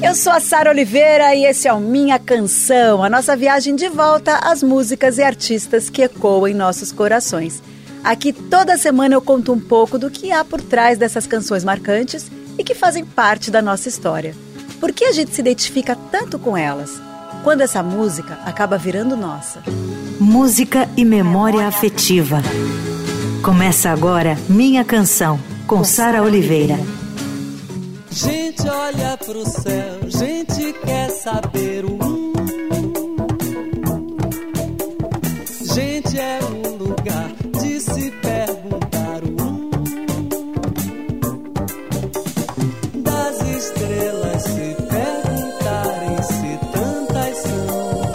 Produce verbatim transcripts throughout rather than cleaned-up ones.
Eu sou a Sara Oliveira e esse é o Minha Canção, a nossa viagem de volta às músicas e artistas que ecoam em nossos corações. Aqui toda semana eu conto um pouco do que há por trás dessas canções marcantes e que fazem parte da nossa história. Por que a gente se identifica tanto com elas? Quando essa música acaba virando nossa. Música e memória afetiva. Começa agora Minha Canção, com Sara Oliveira. Gente olha pro céu, gente quer saber o um. Gente é um lugar de se perguntar o um. Das estrelas se perguntarem se tantas são.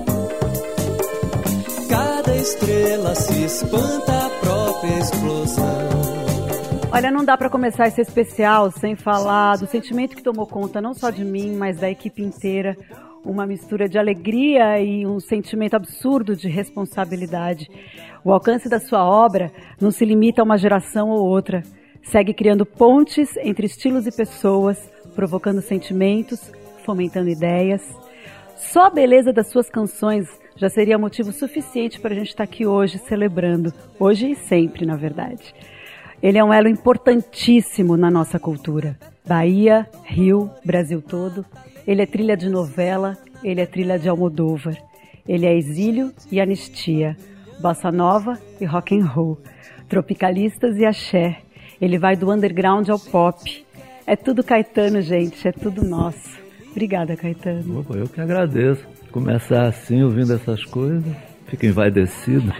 Cada estrela se espanta a própria explosão. Olha, não dá para começar esse especial sem falar do sentimento que tomou conta não só de mim, mas da equipe inteira. Uma mistura de alegria e um sentimento absurdo de responsabilidade. O alcance da sua obra não se limita a uma geração ou outra. Segue criando pontes entre estilos e pessoas, provocando sentimentos, fomentando ideias. Só a beleza das suas canções já seria motivo suficiente para a gente estar aqui hoje celebrando. Hoje e sempre, na verdade. Ele é um elo importantíssimo na nossa cultura. Bahia, Rio, Brasil todo. Ele é trilha de novela, ele é trilha de Almodóvar. Ele é exílio e anistia, bossa nova e rock and roll, tropicalistas e axé. Ele vai do underground ao pop. É tudo Caetano, gente, é tudo nosso. Obrigada, Caetano. Opa, eu que agradeço. Começar assim, ouvindo essas coisas, fica envaidecido.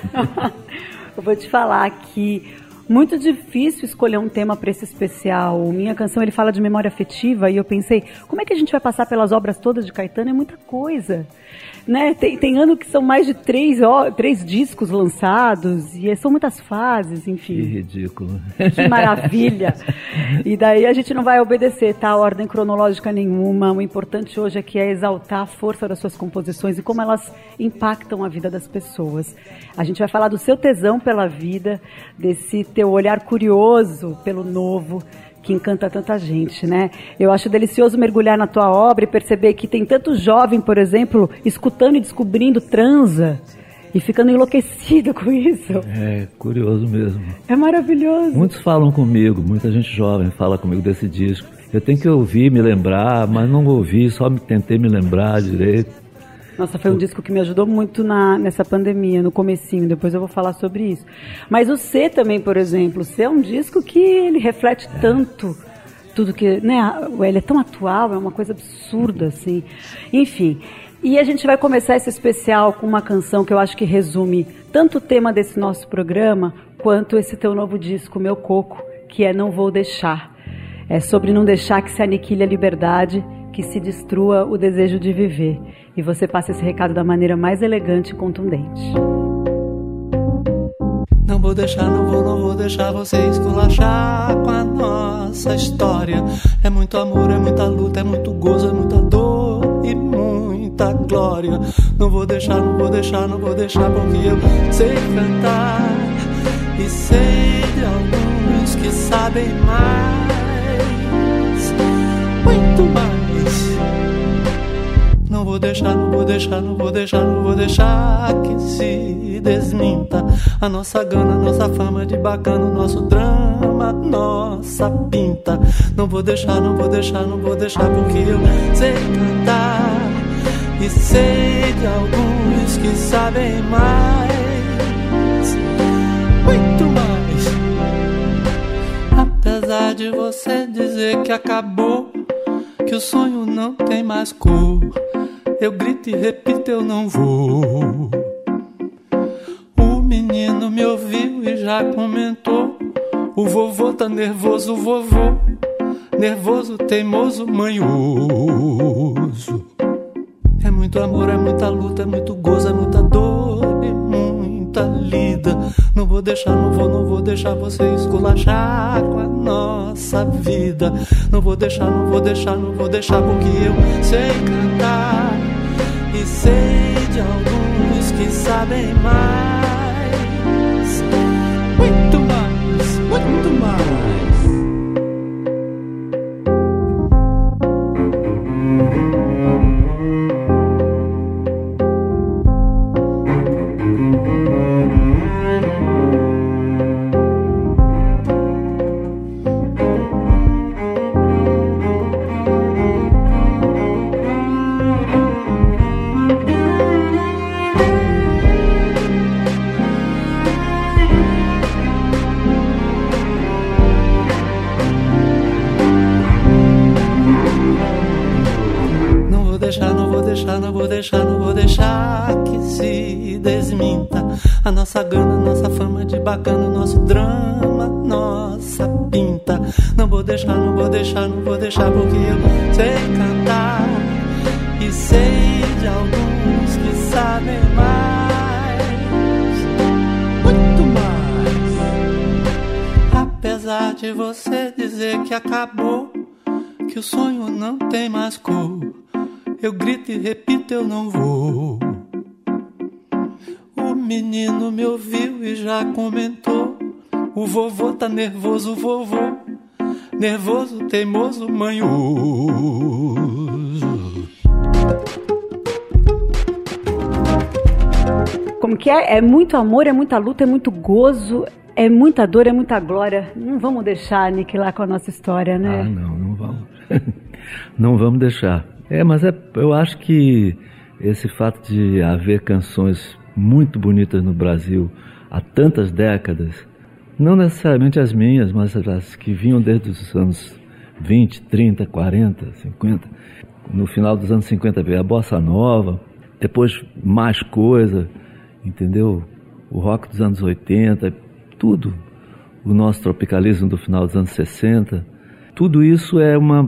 Eu vou te falar que muito difícil escolher um tema para esse especial. Minha Canção, ele fala de memória afetiva e eu pensei, como é que a gente vai passar pelas obras todas de Caetano? É muita coisa, né? Tem, tem ano que são mais de três, ó, três discos lançados e são muitas fases, enfim. Que ridículo. Que maravilha. E daí a gente não vai obedecer, tá? Ordem cronológica nenhuma. O importante hoje aqui é exaltar a força das suas composições e como elas impactam a vida das pessoas. A gente vai falar do seu tesão pela vida, desse teu olhar curioso pelo novo, que encanta tanta gente, né? Eu acho delicioso mergulhar na tua obra e perceber que tem tanto jovem, por exemplo, escutando e descobrindo transa e ficando enlouquecido com isso. É, curioso mesmo. É maravilhoso. Muitos falam comigo, muita gente jovem fala comigo desse disco. Eu tenho que ouvir, me lembrar, mas não ouvi, só me tentei me lembrar direito. Nossa, foi um disco que me ajudou muito na, nessa pandemia, no comecinho, depois eu vou falar sobre isso. Mas o C também, por exemplo, o C é um disco que ele reflete é. tanto, tudo que, né, ele é tão atual, é uma coisa absurda, assim. Enfim, e a gente vai começar esse especial com uma canção que eu acho que resume tanto o tema desse nosso programa, quanto esse teu novo disco, Meu Coco, que é Não Vou Deixar. É sobre não deixar que se aniquile a liberdade, que se destrua o desejo de viver. E você passa esse recado da maneira mais elegante e contundente. Não vou deixar, não vou, não vou deixar você esculachar com a nossa história. É muito amor, é muita luta, é muito gozo, é muita dor e muita glória. Não vou deixar, não vou deixar, não vou deixar, porque eu sei cantar e sei de alguns que sabem mais, muito mais. Não vou deixar, não vou deixar, não vou deixar, não vou deixar que se desminta a nossa gana, nossa fama de bacana, nosso drama, nossa pinta. Não vou deixar, não vou deixar, não vou deixar, porque eu sei cantar e sei de alguns que sabem mais, muito mais. Apesar de você dizer que acabou, que o sonho não tem mais cor, eu grito e repito, eu não vou. O menino me ouviu e já comentou, o vovô tá nervoso, o vovô nervoso, teimoso, manhoso. É muito amor, é muita luta, é muito gozo, é muita dor e muita lida. Não vou deixar, não vou, não vou deixar você esculachar com a nossa vida. Não vou deixar, não vou deixar, não vou deixar, porque eu sei cantar e sei de alguns que sabem mais, muito mais, muito mais. deixar, não vou deixar, não vou deixar, não vou deixar que se desminta a nossa gana, nossa fama de bacana, nosso drama, nossa pinta. Não vou deixar, não vou deixar, não vou deixar, porque eu sei cantar e sei de alguns que sabem mais, muito mais. Apesar de você dizer que acabou, que o sonho não tem mais cor, eu grito e repito, eu não vou. O menino me ouviu e já comentou, o vovô tá nervoso, vovô, nervoso, teimoso, manhoso. Como que é? É muito amor, é muita luta, é muito gozo, é muita dor, é muita glória. Não vamos deixar aniquilar com a nossa história, né? Ah, não, não vamos. Não vamos deixar. É, mas é, eu acho que esse fato de haver canções muito bonitas no Brasil há tantas décadas, não necessariamente as minhas, mas as que vinham desde os anos vinte, trinta, quarenta, cinquenta. No final dos anos cinquenta veio a Bossa Nova, depois mais coisa, entendeu? O rock dos anos oitenta, tudo. O nosso tropicalismo do final dos anos sessenta. Tudo isso é uma,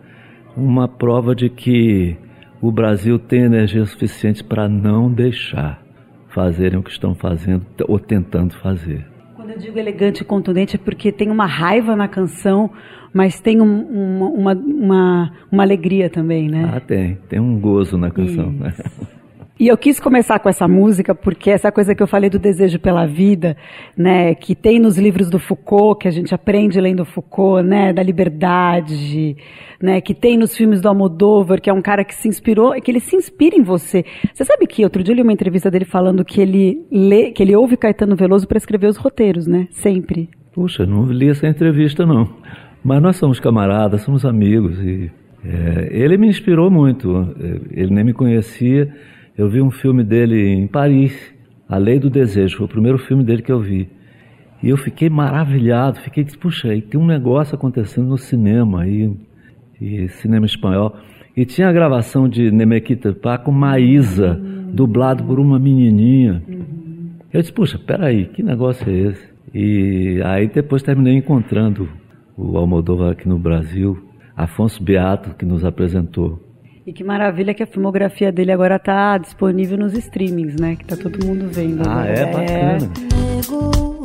uma prova de que o Brasil tem energia suficiente para não deixar fazerem o que estão fazendo ou tentando fazer. Quando eu digo elegante e contundente é porque tem uma raiva na canção, mas tem um, uma, uma, uma, uma alegria também, né? Ah, tem. Tem um gozo na canção. Né? E eu quis começar com essa música porque essa coisa que eu falei do desejo pela vida, né, que tem nos livros do Foucault, que a gente aprende lendo Foucault, né, da liberdade, né, que tem nos filmes do Almodóvar, que é um cara que se inspirou, que ele se inspira em você. Você sabe que outro dia eu li uma entrevista dele falando que ele lê, que ele ouve Caetano Veloso para escrever os roteiros, né, sempre. Puxa, não li essa entrevista não, mas nós somos camaradas, somos amigos e é, ele me inspirou muito, ele nem me conhecia. Eu vi um filme dele em Paris, A Lei do Desejo, foi o primeiro filme dele que eu vi. E eu fiquei maravilhado, fiquei, puxa, aí tem um negócio acontecendo no cinema, aí, e cinema espanhol. E tinha a gravação de Nemequita Pá com Maísa, uhum. dublado por uma menininha. Uhum. Eu disse, puxa, peraí, que negócio é esse? E aí depois terminei encontrando o Almodóvar aqui no Brasil, Afonso Beato, que nos apresentou. E que maravilha que a filmografia dele agora está disponível nos streamings, né? Que tá todo mundo vendo. Ah, agora. é? Bacana. Nego,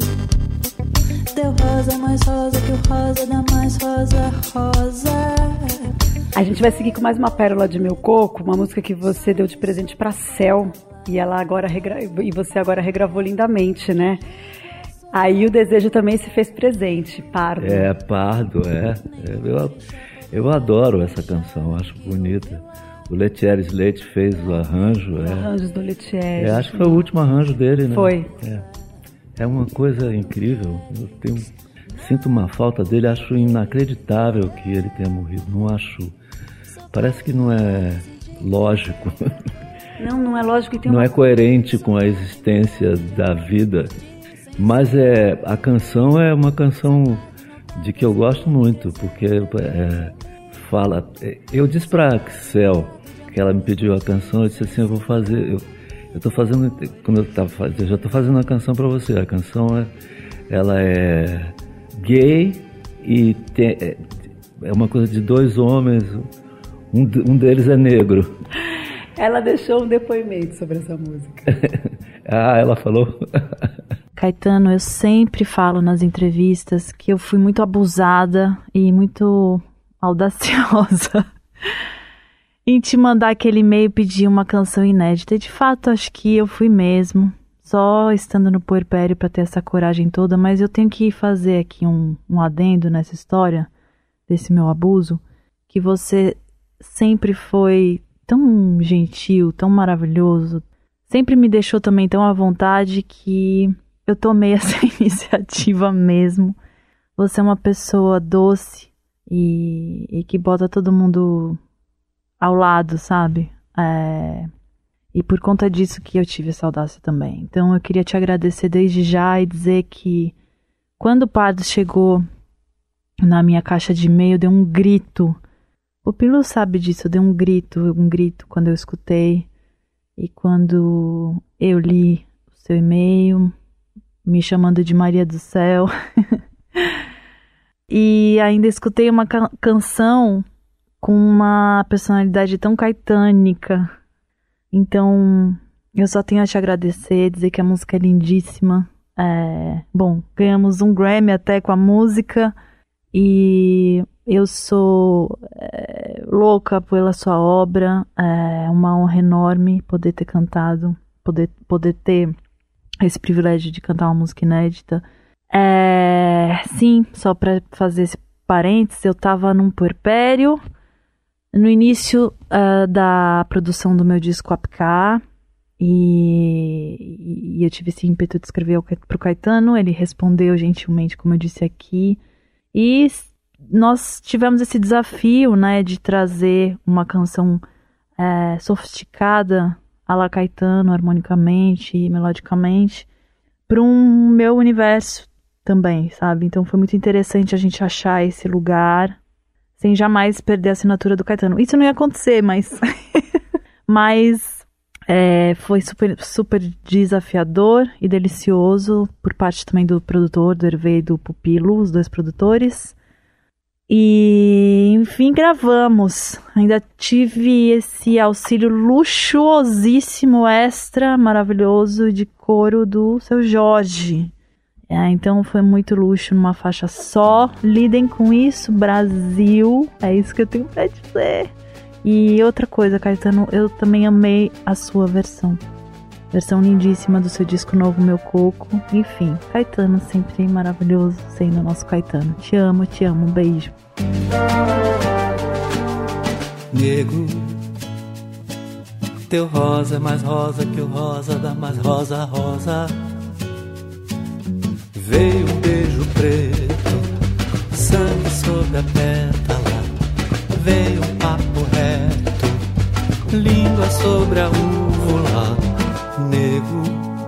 deu rosa mais rosa que o rosa da mais rosa, rosa. A gente vai seguir com mais uma pérola de Meu Coco, uma música que você deu de presente pra Cel. E, ela agora regra... e você agora regravou lindamente, né? Aí o desejo também se fez presente, Pardo. É, Pardo, é. Eu, eu adoro essa canção, acho bonita. O Letieres Leite fez o arranjo. Os é. arranjos do Letieres. É, acho que foi o último arranjo dele, né? Foi. É, é uma coisa incrível. Eu tenho, sinto uma falta dele, acho inacreditável que ele tenha morrido. Não acho... Parece que não é lógico. Não, não é lógico. E tem não uma... é coerente com a existência da vida. Mas é, a canção é uma canção de que eu gosto muito, porque é, fala... Eu disse para a Cel, que ela me pediu a canção, eu disse assim, eu vou fazer... Eu, eu tô fazendo... Quando eu, tava, eu já estou fazendo a canção para você. A canção, é, ela é gay e tem, é, é uma coisa de dois homens, um, um deles é negro. Ela deixou um depoimento sobre essa música. Ah, ela falou... Caetano, eu sempre falo nas entrevistas que eu fui muito abusada e muito audaciosa em te mandar aquele e-mail pedir uma canção inédita. E de fato, acho que eu fui mesmo, só estando no puerpério para ter essa coragem toda, mas eu tenho que fazer aqui um, um adendo nessa história desse meu abuso, que você sempre foi tão gentil, tão maravilhoso, sempre me deixou também tão à vontade que... eu tomei essa iniciativa mesmo. Você é uma pessoa doce e, e que bota todo mundo ao lado, sabe? É, e por conta disso que eu tive essa audácia também. Então eu queria te agradecer desde já e dizer que quando o Pardo chegou na minha caixa de e-mail, deu um grito O Pupilu sabe disso, eu dei um grito, um grito quando eu escutei. E quando eu li o seu e-mail, me chamando de Maria do Céu. E ainda escutei uma ca- canção com uma personalidade tão caetânica. Então, eu só tenho a te agradecer, dizer que a música é lindíssima. É, bom, ganhamos um Grammy até com a música. E eu sou é, louca pela sua obra. É uma honra enorme poder ter cantado, poder, poder ter esse privilégio de cantar uma música inédita. É, sim, só para fazer esse parênteses, eu estava num puerpério no início uh, da produção do meu disco Apcar, e, e eu tive esse ímpeto de escrever para o Caetano. Ele respondeu gentilmente, como eu disse aqui, e nós tivemos esse desafio, né, de trazer uma canção é, sofisticada à la Caetano, harmonicamente e melodicamente, para um meu universo também, sabe? Então foi muito interessante a gente achar esse lugar sem jamais perder a assinatura do Caetano. Isso não ia acontecer, mas mas é, foi super, super desafiador e delicioso por parte também do produtor, do Hervé e do Pupilu, os dois produtores. E, enfim, gravamos. Ainda tive esse auxílio luxuosíssimo, extra, maravilhoso, de coro do Seu Jorge. É, então foi muito luxo numa faixa só. Lidem com isso, Brasil. É isso que eu tenho pra dizer. E outra coisa, Caetano, eu também amei a sua versão. Versão lindíssima do seu disco novo, Meu Coco. Enfim, Caetano sempre maravilhoso, sendo o nosso Caetano. Te amo, te amo. Um beijo. Nego, teu rosa é mais rosa que o rosa da mais rosa rosa. Veio um beijo preto, sangue sobre a pétala. Veio um papo reto, língua sobre a úvula. Nego,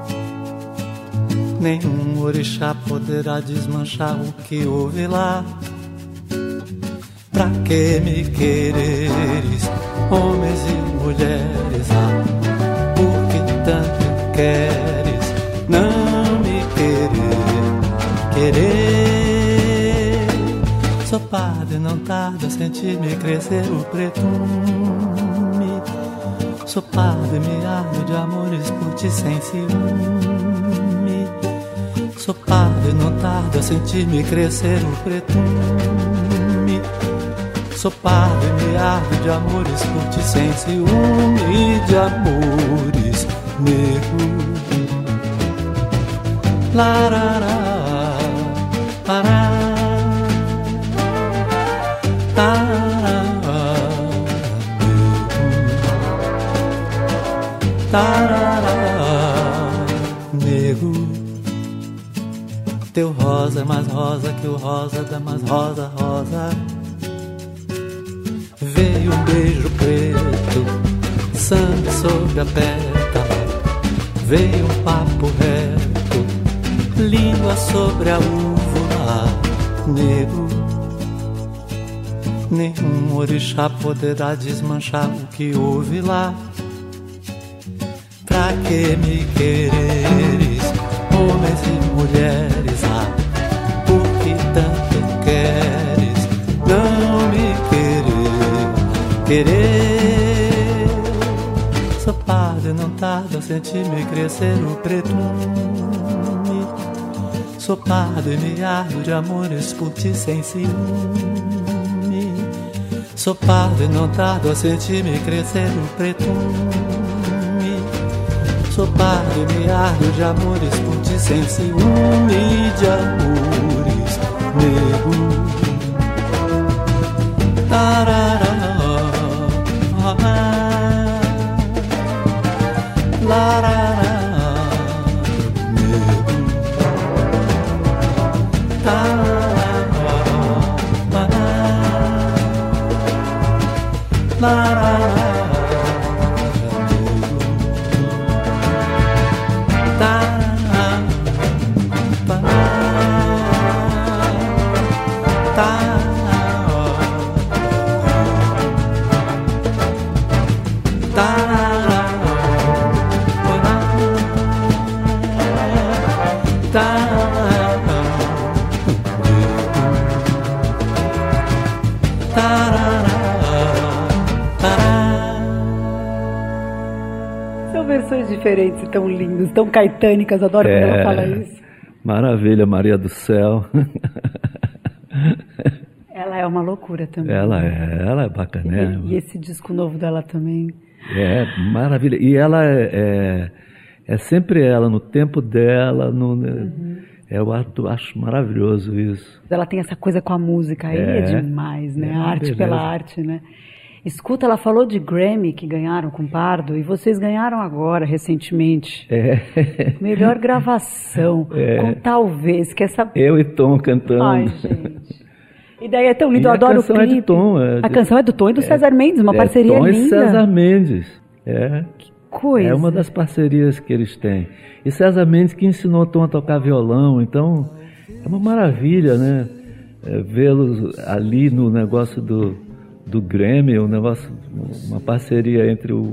nenhum orixá poderá desmanchar o que houve lá. Pra que me quereres, homens e mulheres? Ah, por que tanto queres não me querer? Querer, sou pardo e não tardo a sentir-me crescer o pretume. Sou pardo e me ardo de amores por ti sem ciúme. Sou pardo e não tardo a sentir-me crescer o pretume. Sou pardo e me ardo de amores por ti sem ciúme. De amores, nego. Larará, lará, lará, nego. Larará, nego. Teu rosa é mais rosa que o rosa da mais rosa rosa. Veio um beijo preto, sangue sobre a pétala. Veio um papo reto, língua sobre a úvula. Nego, nenhum orixá poderá desmanchar o que houve lá. Pra que me quereres, homens e mulheres? Ah, por que tanto queres não me querer? Querer, sou pardo e não tardo a sentir-me crescer o pretume. Sou pardo e me ardo de amores por ti sem ciúme. Sou pardo e não tardo a sentir-me crescer o pretume. Sou pardo e me ardo de amores por ti sem ciúme. De amores, nego. Tarará, larará, nego. Tarará, larará. São versões diferentes e tão lindas, tão caetânicas, adoro é, quando ela fala isso. Maravilha, Maria do Céu. Ela é uma loucura também. Ela é, ela é bacanérrima. E, e esse disco novo dela também. É, maravilha. E ela é, é, é sempre ela, no tempo dela. No, uhum. Eu acho maravilhoso isso. Ela tem essa coisa com a música, aí é, é demais, né? É, a arte beleza. Pela arte, né? Escuta, ela falou de Grammy que ganharam com Pardo, e vocês ganharam agora, recentemente. É. Melhor gravação, é. Com Talvez, que essa... Eu e Tom cantando. Ai, gente. E daí é tão lindo, e eu adoro o clipe. A canção é de Tom. É de... A canção é do Tom e do é, César Mendes, uma é parceria Tom linda. E César Mendes, é. Que coisa. É uma das parcerias que eles têm. E César Mendes que ensinou Tom a tocar violão, então é uma maravilha, né? É, vê-los ali no negócio do, do Grammy, um negócio, uma parceria entre o,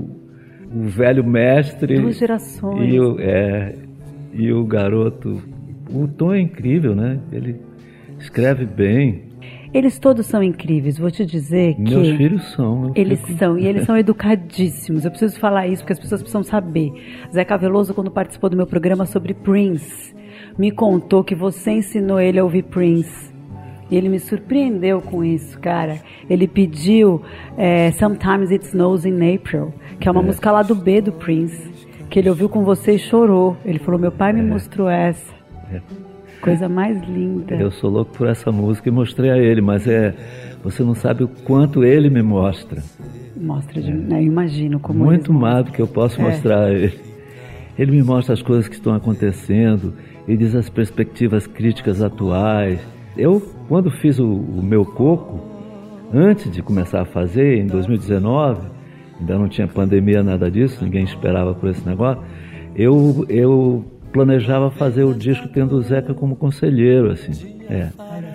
o velho mestre Duas gerações. E o, é, e o garoto. O Tom é incrível, né? Ele escreve bem. Eles todos são incríveis, vou te dizer que... Meus filhos são. Eles fico... são, e eles são educadíssimos. Eu preciso falar isso porque as pessoas precisam saber. Zeca Veloso, quando participou do meu programa sobre Prince, me contou que você ensinou ele a ouvir Prince. E ele me surpreendeu com isso, cara. Ele pediu é, Sometimes It Snows in April, que é uma é. música lá do B do Prince, que ele ouviu com você e chorou. Ele falou, meu pai me é. mostrou essa. É. Coisa mais linda. Eu sou louco por essa música e mostrei a ele, mas é, você não sabe o quanto ele me mostra. Mostra, de, é. né, eu imagino como muito mais do que eu posso é. mostrar a ele. Ele me mostra as coisas que estão acontecendo, ele diz as perspectivas críticas atuais. Eu, quando fiz o, o meu coco, antes de começar a fazer, em dois mil e dezenove, ainda não tinha pandemia, nada disso, ninguém esperava por esse negócio, eu... eu planejava fazer o disco tendo o Zeca como conselheiro, assim, é.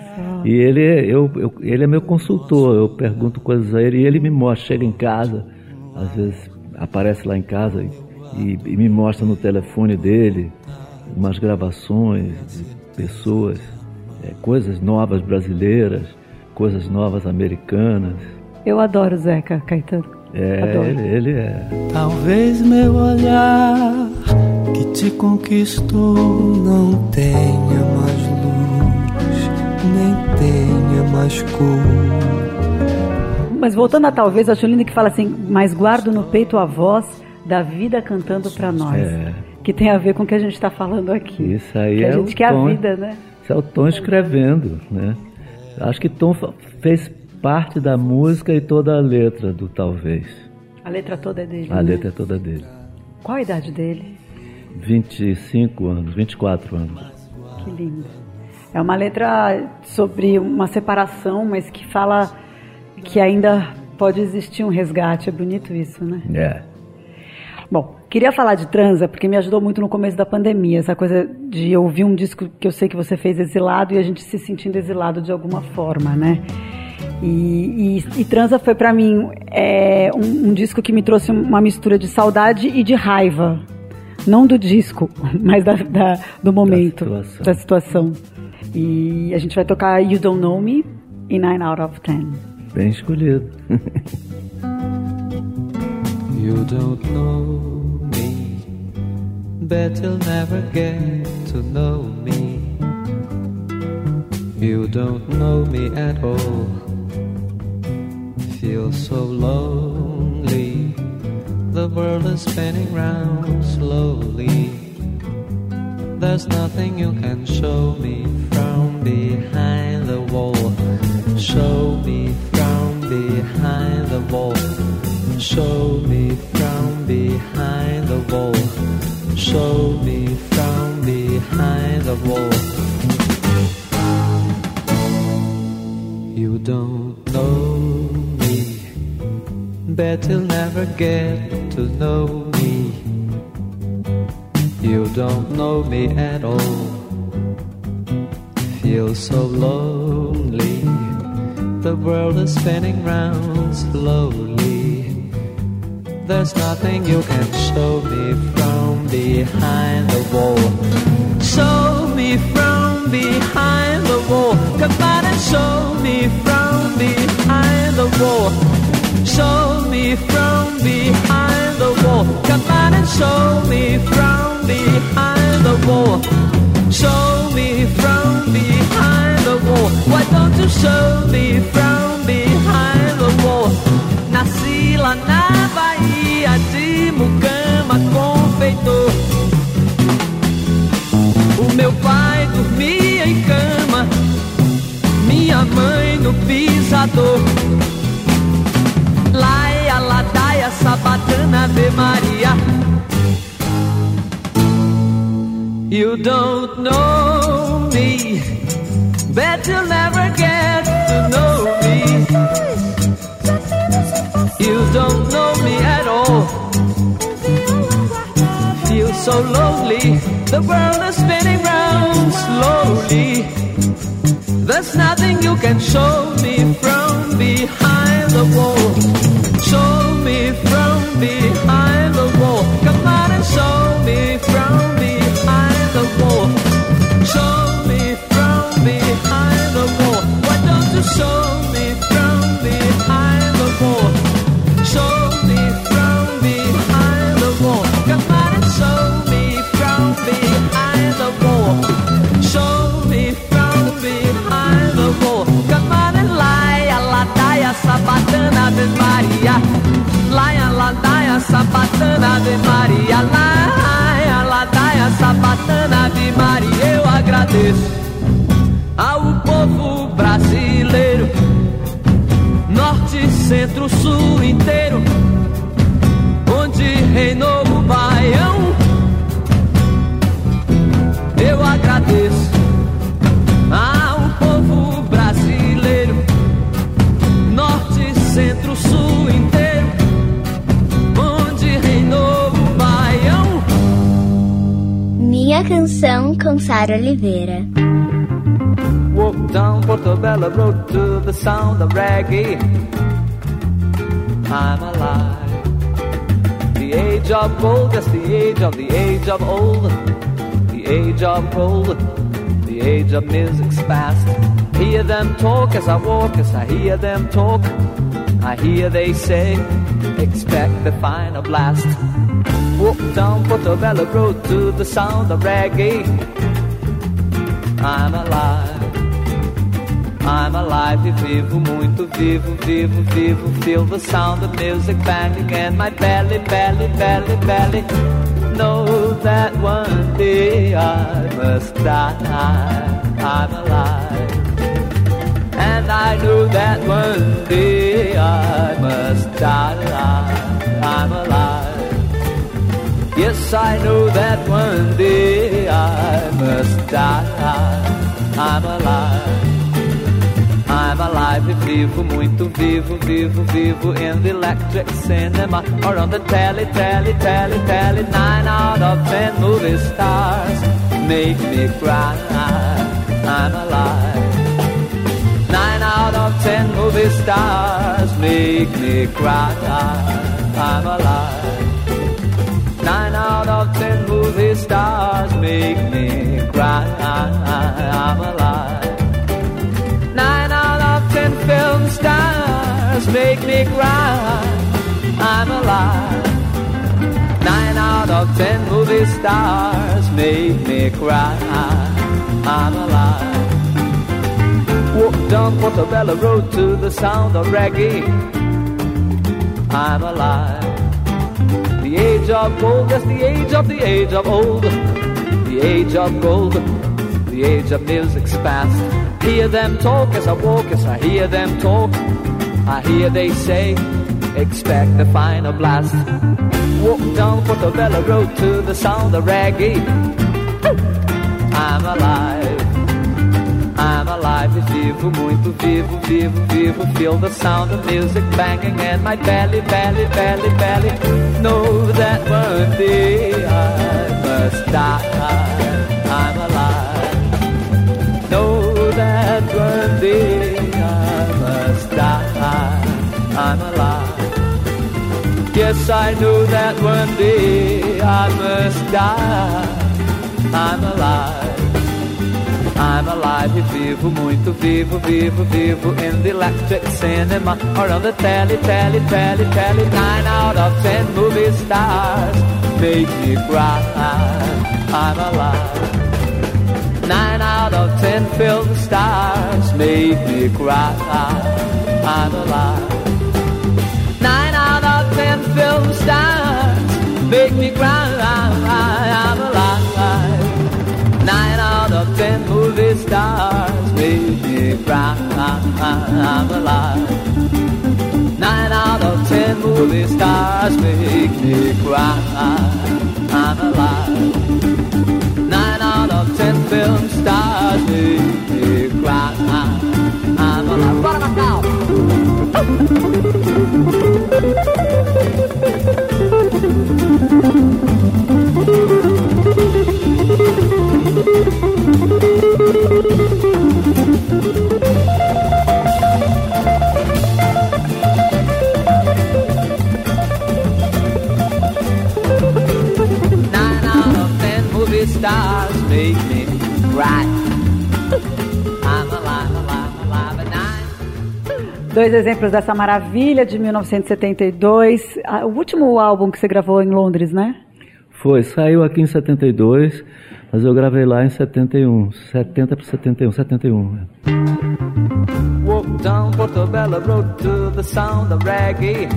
E ele, eu, eu, ele é meu consultor, eu pergunto coisas a ele e ele me mostra, chega em casa, às vezes aparece lá em casa e, e me mostra no telefone dele umas gravações de pessoas, é, coisas novas brasileiras, coisas novas americanas. Eu adoro o Zeca, Caetano. É, ele, ele é. Talvez meu olhar que te conquistou não tenha mais luz, nem tenha mais cor. Mas voltando a Talvez, acho lindo que fala assim, mas guardo no peito a voz da vida cantando pra nós. É. Que tem a ver com o que a gente está falando aqui. Isso aí que é a gente o quer Tom, a vida, né? Isso é o Tom escrevendo, né? Acho que Tom fez parte da música e toda a letra do Talvez. A letra toda é dele, A né? letra é toda dele. Qual a idade dele? vinte e cinco anos, vinte e quatro anos. Que lindo. É uma letra sobre uma separação, mas que fala que ainda pode existir um resgate. É bonito isso, né? É. Bom, queria falar de Transa, porque me ajudou muito no começo da pandemia. Essa coisa de ouvir um disco que eu sei que você fez exilado e a gente se sentindo exilado de alguma forma, né? E, e, e Transa foi pra mim é, um, um disco que me trouxe uma mistura de saudade e de raiva. Não do disco, mas da, da, do momento, da situação. da situação. E a gente vai tocar You Don't Know Me e nine out of ten. Bem escolhido. You don't know me, bet you'll never get to know me. You don't know me at all, feel so lonely. The world is spinning round slowly. There's nothing you can show me from behind the wall. Show me from behind the wall. Show me from behind the wall. Show me from behind the wall. You don't know me, bet you'll never get to know me. You don't know me at all, feel so lonely. The world is spinning round slowly. There's nothing you can show me from behind the wall. Show me from behind the wall. Come on and show me from behind wall. Show me from behind the wall. Come on and show me from behind the wall. Show me from behind the wall. Why don't you show me from behind the wall? Nasci lá na Bahia de Mucama, confeitor. O meu pai dormia em cama, minha mãe no pisador. Laia, ladaia, sabatana, Ave Maria. You don't know me, bet you'll never get to know me. You don't know me at all. Feel so lonely, the world is spinning round slowly. There's nothing you can show me from behind the wall. Show me from behind the wall. Come on and show me from behind the wall. Show me from behind the wall. Why don't you show me from behind the wall? Show me from behind the wall. Come on and show me from behind the wall. Show me from behind the wall. Come on and lie, ladaia, sabatana, Ave Maria. Lie, ladaia, sabatana, Ave Maria. Lie, ladaia, sabatana, Ave Maria. Eu agradeço ao povo brasileiro, norte, centro, sul inteiro, onde reinou o Baião. Eu agradeço ao povo brasileiro, norte, centro, sul inteiro, onde reinou o Baião. Minha canção com Sara Oliveira. Walk down Portobello Road to the sound of reggae. I'm alive. The age of gold, yes, the age of the age of old. The age of gold, the age of music's past. Hear them talk as I walk, as I hear them talk. I hear they say, expect the final blast. Walk down Portobello Road to the sound of reggae. I'm alive. I'm alive, e vivo, muito vivo, vivo, vivo. Feel the sound of music banging in my belly, belly, belly, belly. Know that one day I must die. I'm alive. And I know that one day I must die. I'm alive. Yes, I know that one day I must die. I'm alive. I'm alive, e vivo, muito vivo, vivo, vivo. In the electric cinema or on the telly, telly, telly, telly. Nine out of ten movie stars make me cry. I'm alive. Nine out of ten movie stars make me cry. I'm alive. Nine out of ten movie stars make me cry. I'm alive. Nine out of ten film stars make me cry. I'm alive. Nine out of ten movie stars make me cry. I'm alive. Walk down Portobello Road to the sound of reggae. I'm alive. The age of gold, that's the age of the age of old. The age of gold, the age of music's past. Hear them talk as I walk, as I hear them talk. I hear they say, expect the final blast. Walk down Portobello Road to the sound of reggae. I'm alive. I'm alive, e vivo, muito vivo, vivo, vivo. Feel the sound of music banging in my belly, belly, belly, belly. Know that one day I must die. I'm alive. Know that one day I must die. I'm alive. Yes, I know that one day I must die. I'm alive. I'm alive e vivo, muito vivo, vivo, vivo in the electric cinema or on the telly, telly, telly, telly. Nine out of ten movie stars make me cry. I'm alive. Nine out of ten film stars make me cry. I'm alive. Nine out of ten film stars make me cry. I'm alive. Nine out of ten movie stars make me cry. I'm alive. Nine out of ten movie stars make me cry. I'm alive. Nine out of ten film stars make me cry. I'm alive. Bora, Macau! Stars make me cry. I'm alive, alive, alive at nine. Dois exemplos dessa maravilha de mil novecentos e setenta e dois. O último álbum que você gravou em Londres, né? Foi, saiu aqui em setenta e dois, mas eu gravei lá em setenta e um. setenta para setenta e um, setenta e um. Walk down Portobello Road to the sound of reggae.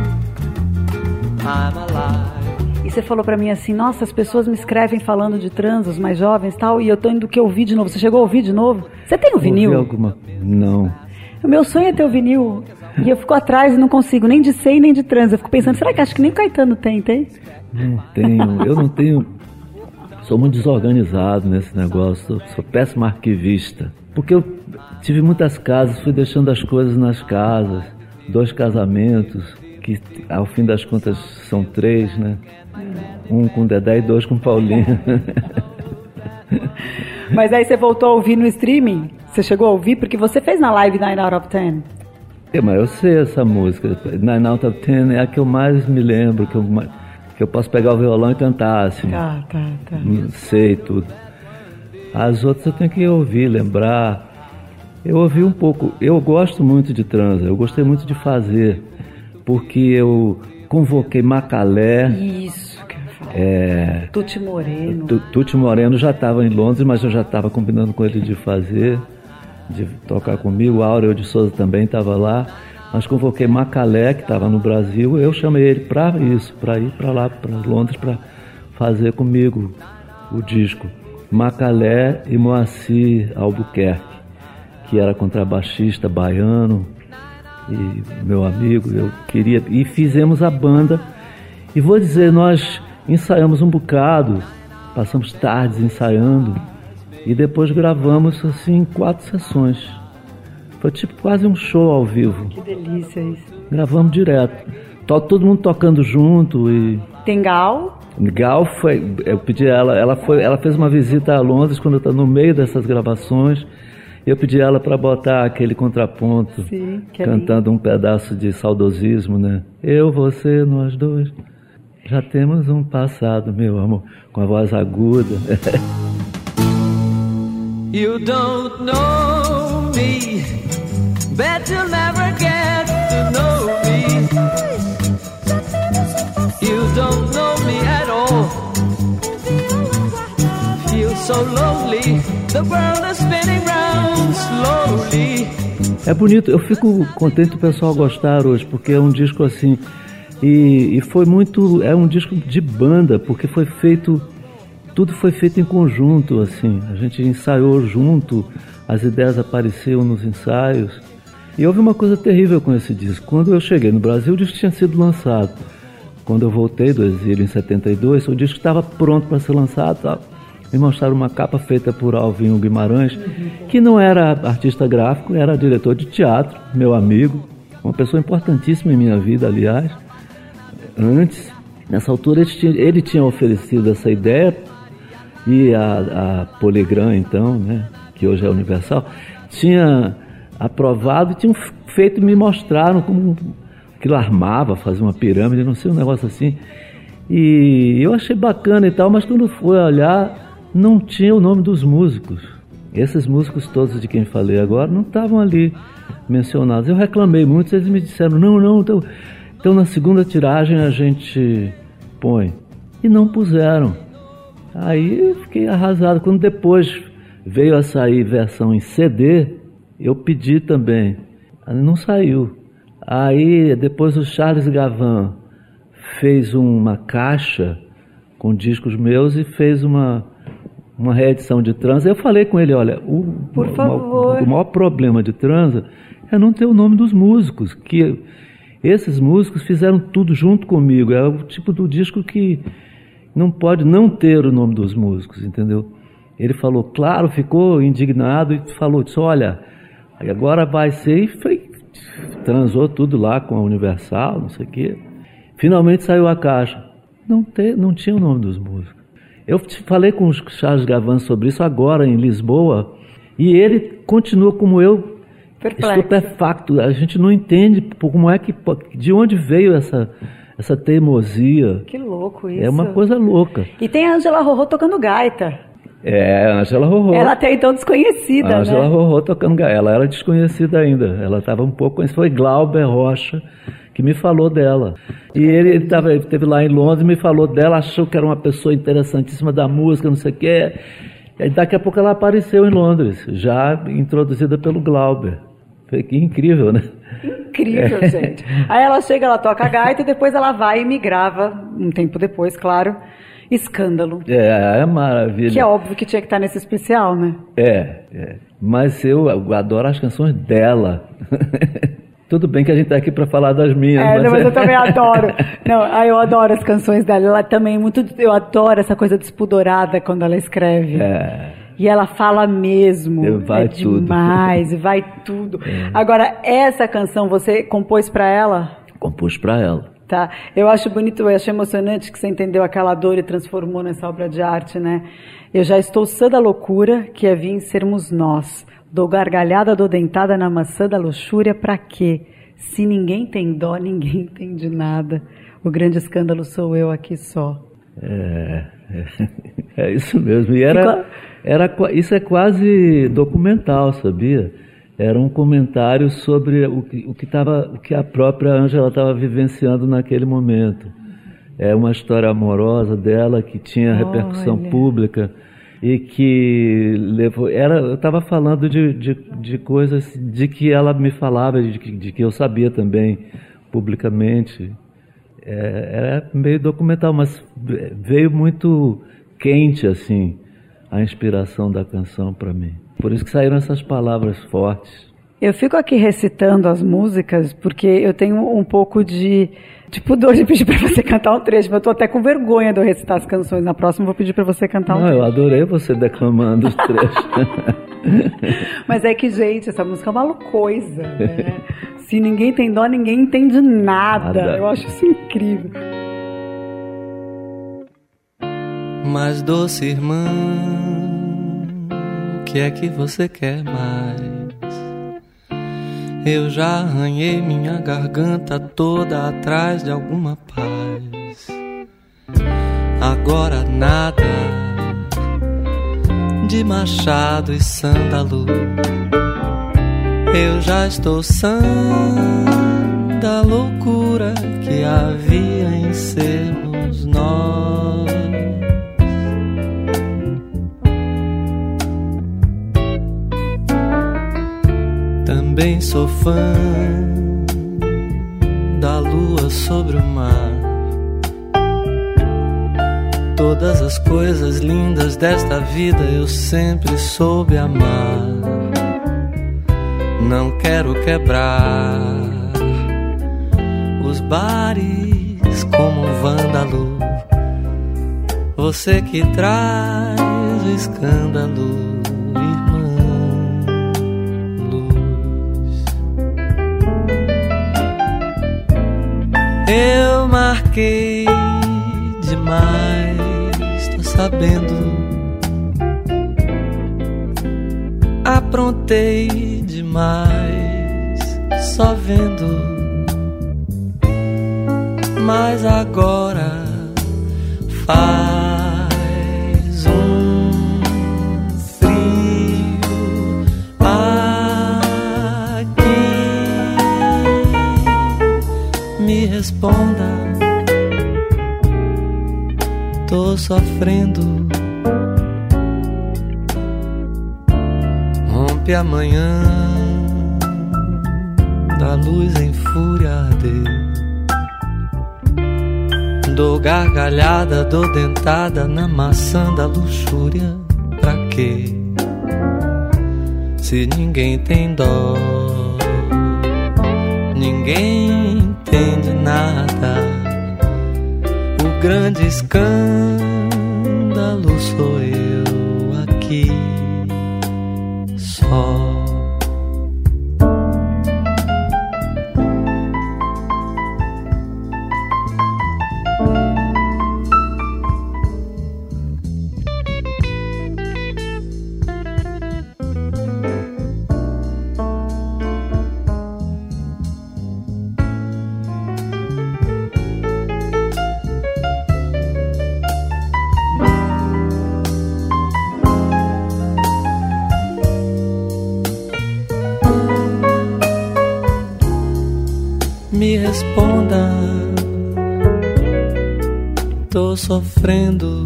I'm alive. E você falou pra mim assim, nossa, as pessoas me escrevem falando de trans, os mais jovens e tal, e eu tô indo que ouvir de novo. Você chegou a ouvir de novo? Você tem o vinil? Ouvi alguma... Não. O meu sonho é ter o vinil, e eu fico atrás e não consigo, nem de sei nem de trans. Eu fico pensando, será que acho que nem o Caetano tem, tem? Não tenho, eu não tenho... Sou muito desorganizado nesse negócio, sou, sou péssimo arquivista. Porque eu tive muitas casas, fui deixando as coisas nas casas, dois casamentos, que ao fim das contas são três, né? Um com Dedé e dois com Paulinho. Mas aí você voltou a ouvir no streaming? Você chegou a ouvir? Porque você fez na live Nine Out of Ten. É, mas eu sei essa música. Nine Out of Ten é a que eu mais me lembro, que eu, que eu posso pegar o violão e cantar, assim. Tá, tá, tá. Sei tudo. As outras eu tenho que ouvir, lembrar. Eu ouvi um pouco. Eu gosto muito de transa, eu gostei muito de fazer, porque eu convoquei Macalé. Isso que eu ia falar. É, Tuti Moreno. Tuti Moreno já estava em Londres, mas eu já estava combinando com ele de fazer, de tocar comigo. Áureo de Souza também estava lá. Mas convoquei Macalé, que estava no Brasil. Eu chamei ele para isso, para ir para lá, para Londres, para fazer comigo o disco. Macalé e Moacir Albuquerque, que era contrabaixista baiano e meu amigo. Eu queria, e fizemos a banda, e vou dizer, nós ensaiamos um bocado, passamos tardes ensaiando, e depois gravamos assim quatro sessões. Foi tipo quase um show ao vivo. Que delícia isso. Gravamos direto, todo mundo tocando junto. E tem Gal? Gal foi, eu pedi a ela, ela foi, ela fez uma visita a Londres quando eu estava no meio dessas gravações. Eu pedi ela para botar aquele contraponto. Sim, cantando um pedaço de saudosismo, né? Eu, você, nós dois, já temos um passado, meu amor, com a voz aguda. You don't know me, bet you'll never get to know me. You don't know me at all. Feel so lonely, the world is spinning round slowly. É bonito, eu fico contente do pessoal gostar hoje, porque é um disco assim, e, e foi muito, é um disco de banda, porque foi feito, tudo foi feito em conjunto, assim, a gente ensaiou junto, as ideias apareceram nos ensaios, e houve uma coisa terrível com esse disco. Quando eu cheguei no Brasil, o disco tinha sido lançado. Quando eu voltei do exílio em setenta e dois, o disco estava pronto para ser lançado, tal. Me mostraram uma capa feita por Alvinho Guimarães, que não era artista gráfico, era diretor de teatro, meu amigo, uma pessoa importantíssima em minha vida, aliás. Antes, nessa altura, ele tinha, ele tinha oferecido essa ideia, e a, a Polygram, então, né, que hoje é Universal, tinha aprovado e tinham feito, me mostraram como aquilo armava, fazia uma pirâmide, não sei, um negócio assim. E eu achei bacana e tal, mas quando fui olhar, não tinha o nome dos músicos. Esses músicos todos de quem falei agora não estavam ali mencionados. Eu reclamei muito, eles me disseram, não, não, então, então na segunda tiragem a gente põe. E não puseram. Aí eu fiquei arrasado. Quando depois veio a sair versão em C D, eu pedi também. Não saiu. Aí depois o Charles Gavan fez uma caixa com discos meus e fez uma, uma reedição de Transa. Eu falei com ele, olha, o, Por o, favor. o, o maior problema de Transa é não ter o nome dos músicos, que esses músicos fizeram tudo junto comigo. É o tipo do disco que não pode não ter o nome dos músicos, entendeu? Ele falou, claro, ficou indignado e falou, disse, olha, agora vai ser, e foi, transou tudo lá com a Universal, não sei o quê. Finalmente saiu a caixa. Não, te, não tinha o nome dos músicos. Eu falei com o Charles Gavan sobre isso agora em Lisboa, e ele continua como eu, perplexo, estupefacto. A gente não entende como é que, de onde veio essa, essa teimosia. Que louco isso. É uma coisa louca. E tem a Ângela Rorô tocando gaita. É, a Ângela Rorô. Ela até então desconhecida, a Ângela né? Rorô tocando gaita. Ela era desconhecida ainda. Ela estava um pouco... Foi Glauber Rocha que me falou dela. E ele, ele, tava, ele esteve lá em Londres, me falou dela, achou que era uma pessoa interessantíssima da música, não sei o quê. E daqui a pouco ela apareceu em Londres, já introduzida pelo Glauber. Foi que incrível, né? Incrível, é. Gente. Aí ela chega, ela toca a gaita e depois ela vai e me grava, um tempo depois, claro, Escândalo. É, é maravilha. Que é óbvio que tinha que estar nesse especial, né? É, é. Mas eu, eu adoro as canções dela. Tudo bem que a gente está aqui para falar das minhas. É, mas... Não, mas eu também adoro. Não, eu adoro as canções dela. Ela também muito. Eu adoro essa coisa despudorada quando ela escreve. É. E ela fala mesmo. Vai é tudo. Demais, vai tudo. É. Agora, essa canção você compôs para ela? Compus para ela. Tá. Eu acho bonito, eu acho emocionante que você entendeu aquela dor e transformou nessa obra de arte, né? Eu já estou sã da loucura que é vir sermos nós. Dou gargalhada, dou dentada na maçã da luxúria, pra quê? Se ninguém tem dó, ninguém tem de nada. O grande escândalo sou eu aqui só. É, é, é isso mesmo. E era, era, isso é quase documental, sabia? Era um comentário sobre o que, o que, tava, o que a própria Ângela estava vivenciando naquele momento. É uma história amorosa dela que tinha repercussão Olha. pública e que levou... Era, eu estava falando de, de, de coisas de que ela me falava, de que, de que eu sabia também publicamente. É, era meio documental, mas veio muito quente assim a inspiração da canção para mim. Por isso que saíram essas palavras fortes. Eu fico aqui recitando as músicas porque eu tenho um pouco de, de pudor de pedir para você cantar um trecho. Mas eu estou até com vergonha de eu recitar as canções. Na próxima eu vou pedir para você cantar um Não, trecho. Eu adorei você declamando os trechos. Mas é que, gente, essa música é uma coisa, né? Se ninguém tem dó, ninguém entende nada. Nada. Eu acho isso incrível. Mas doce irmã, o que é que você quer mais? Eu já arranhei minha garganta toda atrás de alguma paz. Agora nada de machado e sândalo. Eu já estou sã da loucura que havia em sermos nós. Também sou fã da lua sobre o mar. Todas as coisas lindas desta vida eu sempre soube amar. Não quero quebrar os bares como um vândalo. Você que traz o escândalo. Eu marquei demais, tô sabendo. Aprontei demais, só vendo. Mas agora faz um frio Me responda, tô sofrendo. Rompe amanhã, da luz em fúria arder. Dou gargalhada, dou dentada na maçã da luxúria. Pra quê? Se ninguém tem dó, ninguém entende nada. O grande escândalo sou eu aqui só. Me responda, tô sofrendo.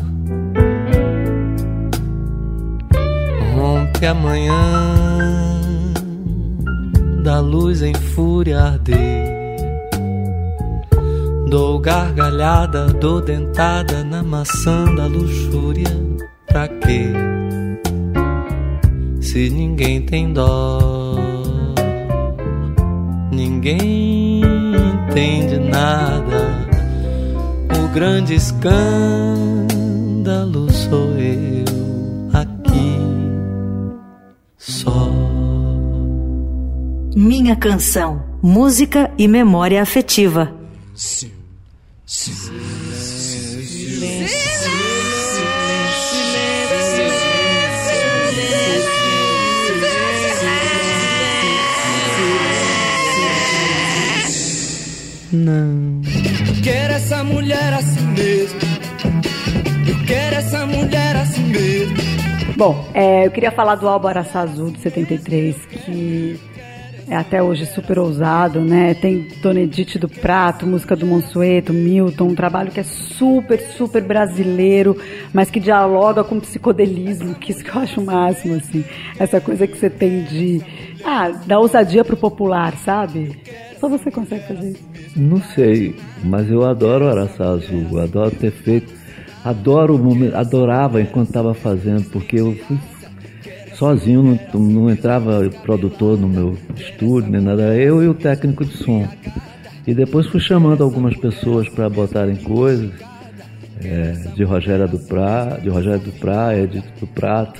Rompe amanhã, da luz em fúria arder. Dou gargalhada, dou dentada na maçã da luxúria. Pra quê? Se ninguém tem dó, ninguém entende nada. O grande escândalo sou eu aqui só. Minha Canção, música e memória afetiva. Sim, sim. Não. Quero essa mulher assim mesmo. Eu quero essa mulher assim mesmo. Bom, é, eu queria falar do álbum Araçá Azul de setenta e três, que é até hoje super ousado, né? Tem Dona Edith do Prato, música do Monsueto, Milton, um trabalho que é super, super brasileiro, mas que dialoga com psicodelismo, que isso que eu acho o máximo, assim. Essa coisa que você tem de... Ah, da ousadia pro popular, sabe? Só você consegue fazer isso. Não sei, mas eu adoro Araçá Azul, eu adoro ter feito, adoro o momento, adorava enquanto estava fazendo, porque eu fui sozinho, não, não entrava produtor no meu estúdio, nem nada, era eu e o técnico de som. E depois fui chamando algumas pessoas para botarem coisas, é, de Rogério do Prá, de Rogério do Prá, Edith do Prato,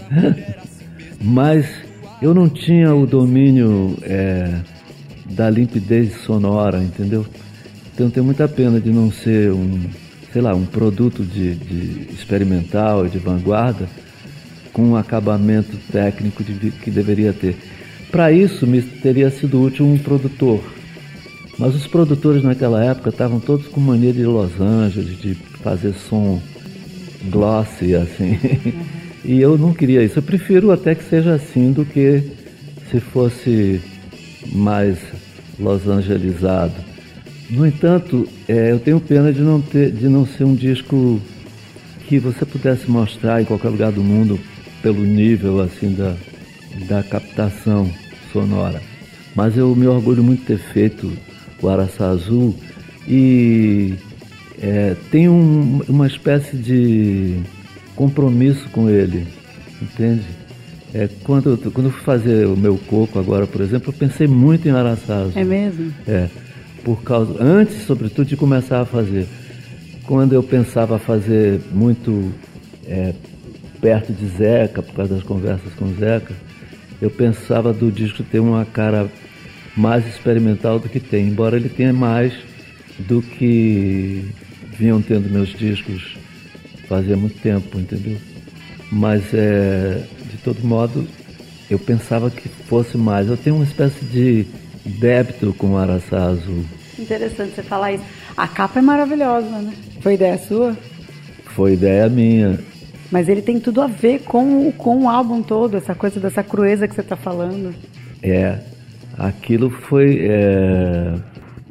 mas eu não tinha o domínio... É, da limpidez sonora, entendeu? Então tem muita pena de não ser um, sei lá, um produto de, de experimental, de vanguarda, com um acabamento técnico de, que deveria ter. Para isso, me teria sido útil um produtor. Mas os produtores naquela época estavam todos com mania de Los Angeles, de fazer som glossy, assim. E eu não queria isso. Eu prefiro até que seja assim do que se fosse mais Los Angelizado. No entanto, é, eu tenho pena de não ter, de não ser um disco que você pudesse mostrar em qualquer lugar do mundo pelo nível assim da, da captação sonora. Mas eu me orgulho muito de ter feito o Araçá Azul e é, tenho um, uma espécie de compromisso com ele, entende? É, quando, quando eu fui fazer o meu coco agora, por exemplo, eu pensei muito em Araçá Azul. É mesmo? É, por causa, antes, sobretudo, de começar a fazer. Quando eu pensava fazer muito é, perto de Zeca, por causa das conversas com Zeca, eu pensava do disco ter uma cara mais experimental do que tem, embora ele tenha mais do que vinham tendo meus discos fazia muito tempo, entendeu? Mas, é, de todo modo, eu pensava que fosse mais. Eu tenho uma espécie de débito com o Araçá Azul. Interessante você falar isso. A capa é maravilhosa, né? Foi ideia sua? Foi ideia minha. Mas ele tem tudo a ver com, com o álbum todo, essa coisa dessa crueza que você está falando. É, aquilo foi... É,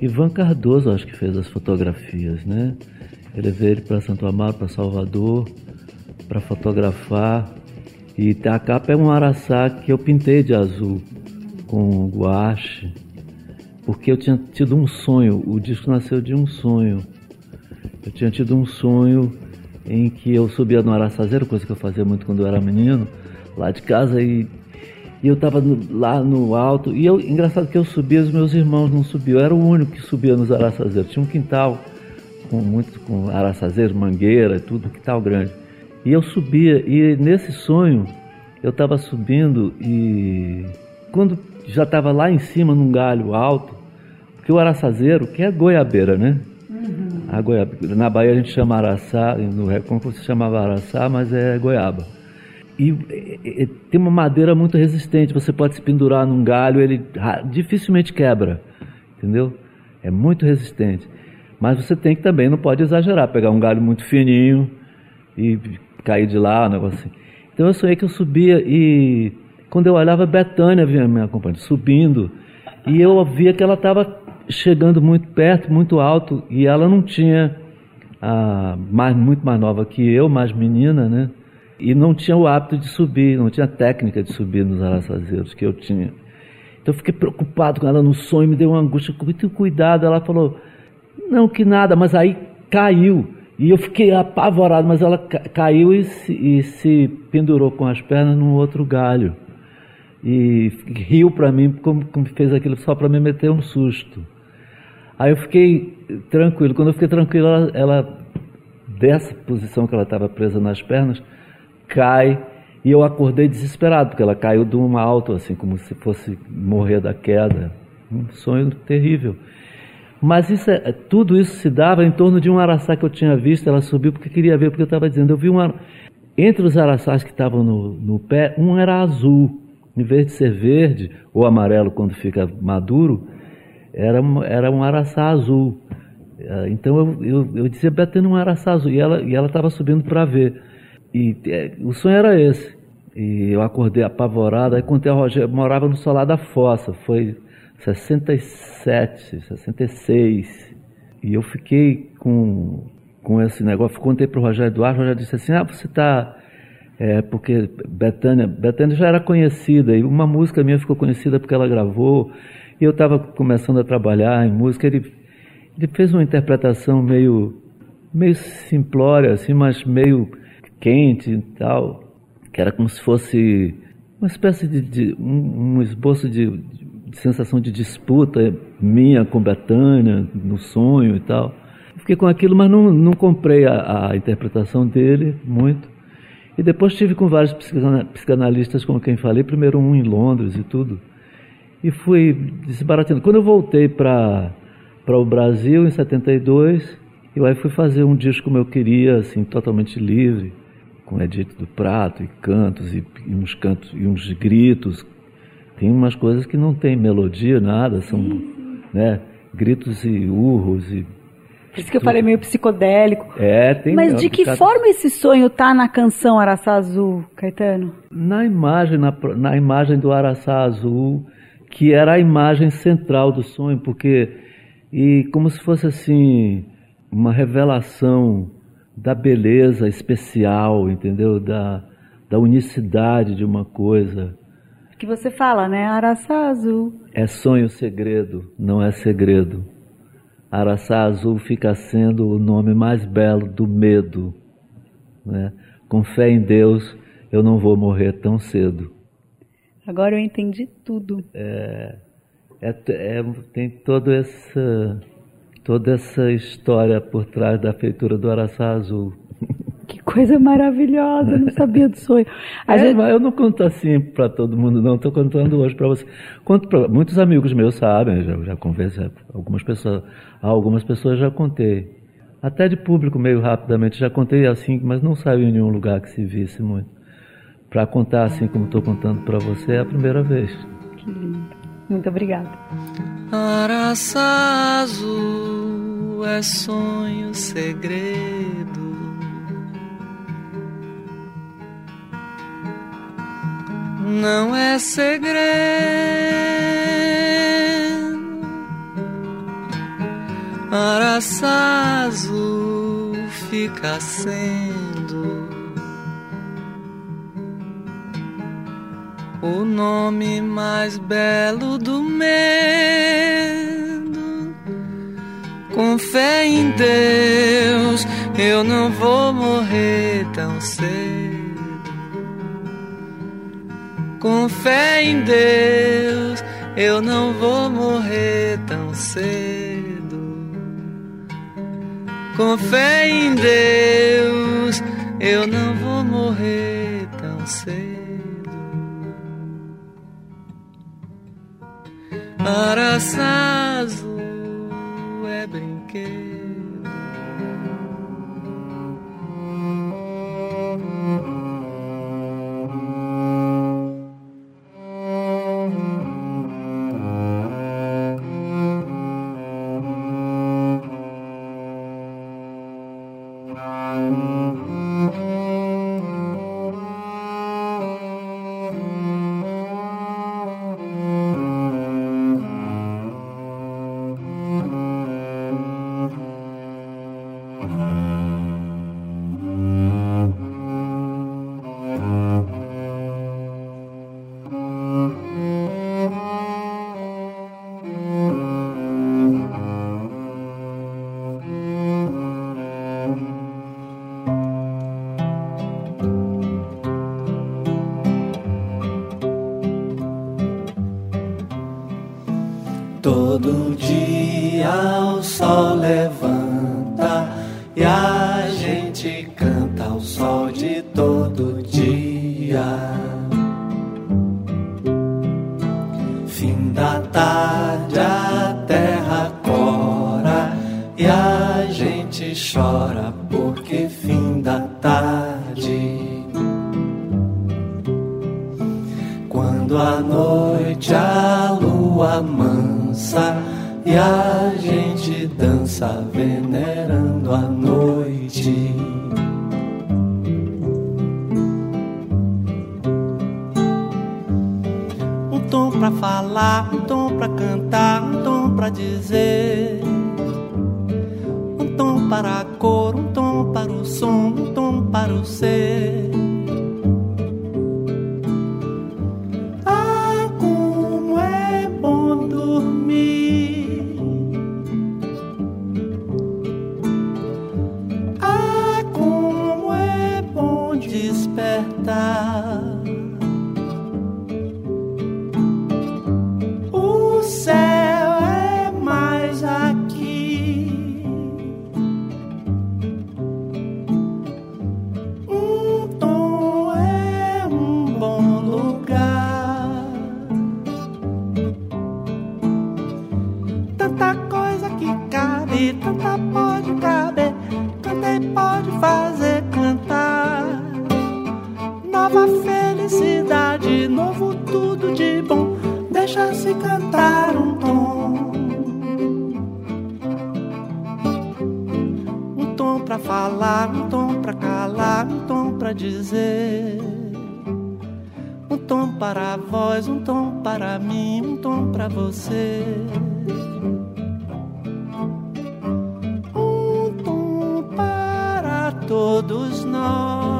Ivan Cardoso, acho que fez as fotografias, né? Ele veio para Santo Amaro, para Salvador, para fotografar. E a capa é um araçá que eu pintei de azul, com guache, porque eu tinha tido um sonho, o disco nasceu de um sonho. Eu tinha tido um sonho em que eu subia no araçazeiro, coisa que eu fazia muito quando eu era menino, lá de casa, e, e eu estava lá no alto, e eu, engraçado que eu subia, os meus irmãos não subiam, eu era o único que subia nos araçazeiros. Tinha um quintal com muito com araçazeiros, mangueira, tudo, um quintal grande. E eu subia, e nesse sonho eu estava subindo, e quando já estava lá em cima, num galho alto, porque o araçazeiro, que é goiabeira, né? Uhum. A goiabeira, na Bahia a gente chama araçá, no Recôncavo se chamava araçá, mas é goiaba. E, e, e tem uma madeira muito resistente, você pode se pendurar num galho, ele dificilmente quebra, entendeu? É muito resistente. Mas você tem que também, não pode exagerar, pegar um galho muito fininho e cair de lá, um negócio assim. Então eu sonhei que eu subia e quando eu olhava, Bethânia vinha me acompanhando, subindo, e eu via que ela estava chegando muito perto, muito alto, e ela não tinha, ah, mais, muito mais nova que eu, mais menina, né? E não tinha o hábito de subir, não tinha técnica de subir nos araçazeiros que eu tinha. Então eu fiquei preocupado com ela no sonho, me deu uma angústia, com muito cuidado. Ela falou, não, que nada, mas aí caiu. E eu fiquei apavorado, mas ela ca- caiu e se, e se pendurou com as pernas num outro galho. E riu para mim, como, como fez aquilo só para me meter um susto. Aí eu fiquei tranquilo. Quando eu fiquei tranquilo, ela, ela dessa posição que ela estava presa nas pernas, cai, e eu acordei desesperado, porque ela caiu de um alto, assim, como se fosse morrer da queda. Um sonho terrível. Mas isso é, tudo isso se dava em torno de um araçá que eu tinha visto. Ela subiu porque queria ver, porque eu estava dizendo. Eu vi uma, entre os araçás que estavam no, no pé, um era azul. Em vez de ser verde ou amarelo quando fica maduro, era, era um araçá azul. Então eu, eu, eu dizia, Bethânia, um araçá azul. E ela e ela estava subindo para ver. E é, o sonho era esse. E eu acordei apavorado. Aí contei a Rogério, eu morava no Solar da Fossa. Foi sessenta e sete, sessenta e seis. E eu fiquei com, com esse negócio. Contei para o Rogério Eduardo. O Rogério disse assim, ah, você está... É, porque Bethânia, Bethânia já era conhecida. E uma música minha ficou conhecida porque ela gravou. E eu estava começando a trabalhar em música. Ele, ele fez uma interpretação meio, meio simplória, assim, mas meio quente e tal. Que era como se fosse uma espécie de... de um, um esboço de... de sensação de disputa minha com Bethânia, no sonho e tal. Fiquei com aquilo, mas não, não comprei a, a interpretação dele muito. E depois tive com vários psicanalistas com quem falei, primeiro um em Londres e tudo. E fui desbaratando. Quando eu voltei para para o Brasil, em setenta e dois, eu aí fui fazer um disco como eu queria, assim, totalmente livre, com Edith do Prato e cantos, e, e uns cantos, e uns gritos. Tem umas coisas que não tem melodia, nada, são, né, gritos e urros. E por isso que eu falei meio psicodélico. É, tem. Mas de que forma esse sonho tá na canção Araçá Azul, Caetano? Na imagem, na, na imagem do Araçá Azul, que era a imagem central do sonho, porque, e como se fosse assim, uma revelação da beleza especial, entendeu? Da, da unicidade de uma coisa. Que você fala, né? Araçá Azul. É sonho segredo, não é segredo. Araçá Azul fica sendo o nome mais belo do medo, né? Com fé em Deus, eu não vou morrer tão cedo. Agora eu entendi tudo. É, é, é, tem toda essa, toda essa história por trás da feitura do Araçá Azul. Que coisa maravilhosa, eu não sabia do sonho. A É, gente... mas eu não conto assim para todo mundo, não. Estou contando hoje para você. Conto pra, muitos amigos meus sabem, já, já conversei, algumas pessoas, algumas pessoas já contei. Até de público, meio rapidamente, já contei assim, mas não saiu em nenhum lugar que se visse muito. Para contar assim como estou contando para você é a primeira vez. Que lindo. Muito obrigada. Araçá azul é sonho segredo. Não é segredo, Araçazu fica sendo o nome mais belo do medo. Com fé em Deus, eu não vou morrer tão cedo. Com fé em Deus, eu não vou morrer tão cedo. Com fé em Deus, eu não vou morrer tão cedo. Araçazu é brinquedo. Todo dia o sol levanta e a gente canta ao sol de todo dia. Fim da tarde a terra cora e a gente chora porque fim da tarde. Quando à noite a lua mansa e a gente dança venerando a noite. Um tom pra falar, um tom pra cantar, um tom pra dizer. Um tom para a cor, um tom para o som, um tom para o ser. O céu é mais aqui. Um tom é um bom lugar. Tanta coisa que cabe, tanta pode caber, tanta pode fazer cantar. Nova felicidade, novo tudo de bom. Deixa-se cantar um tom. Um tom pra falar, um tom pra calar, um tom pra dizer. Um tom para a voz, um tom para mim, um tom pra você. Um tom para todos nós.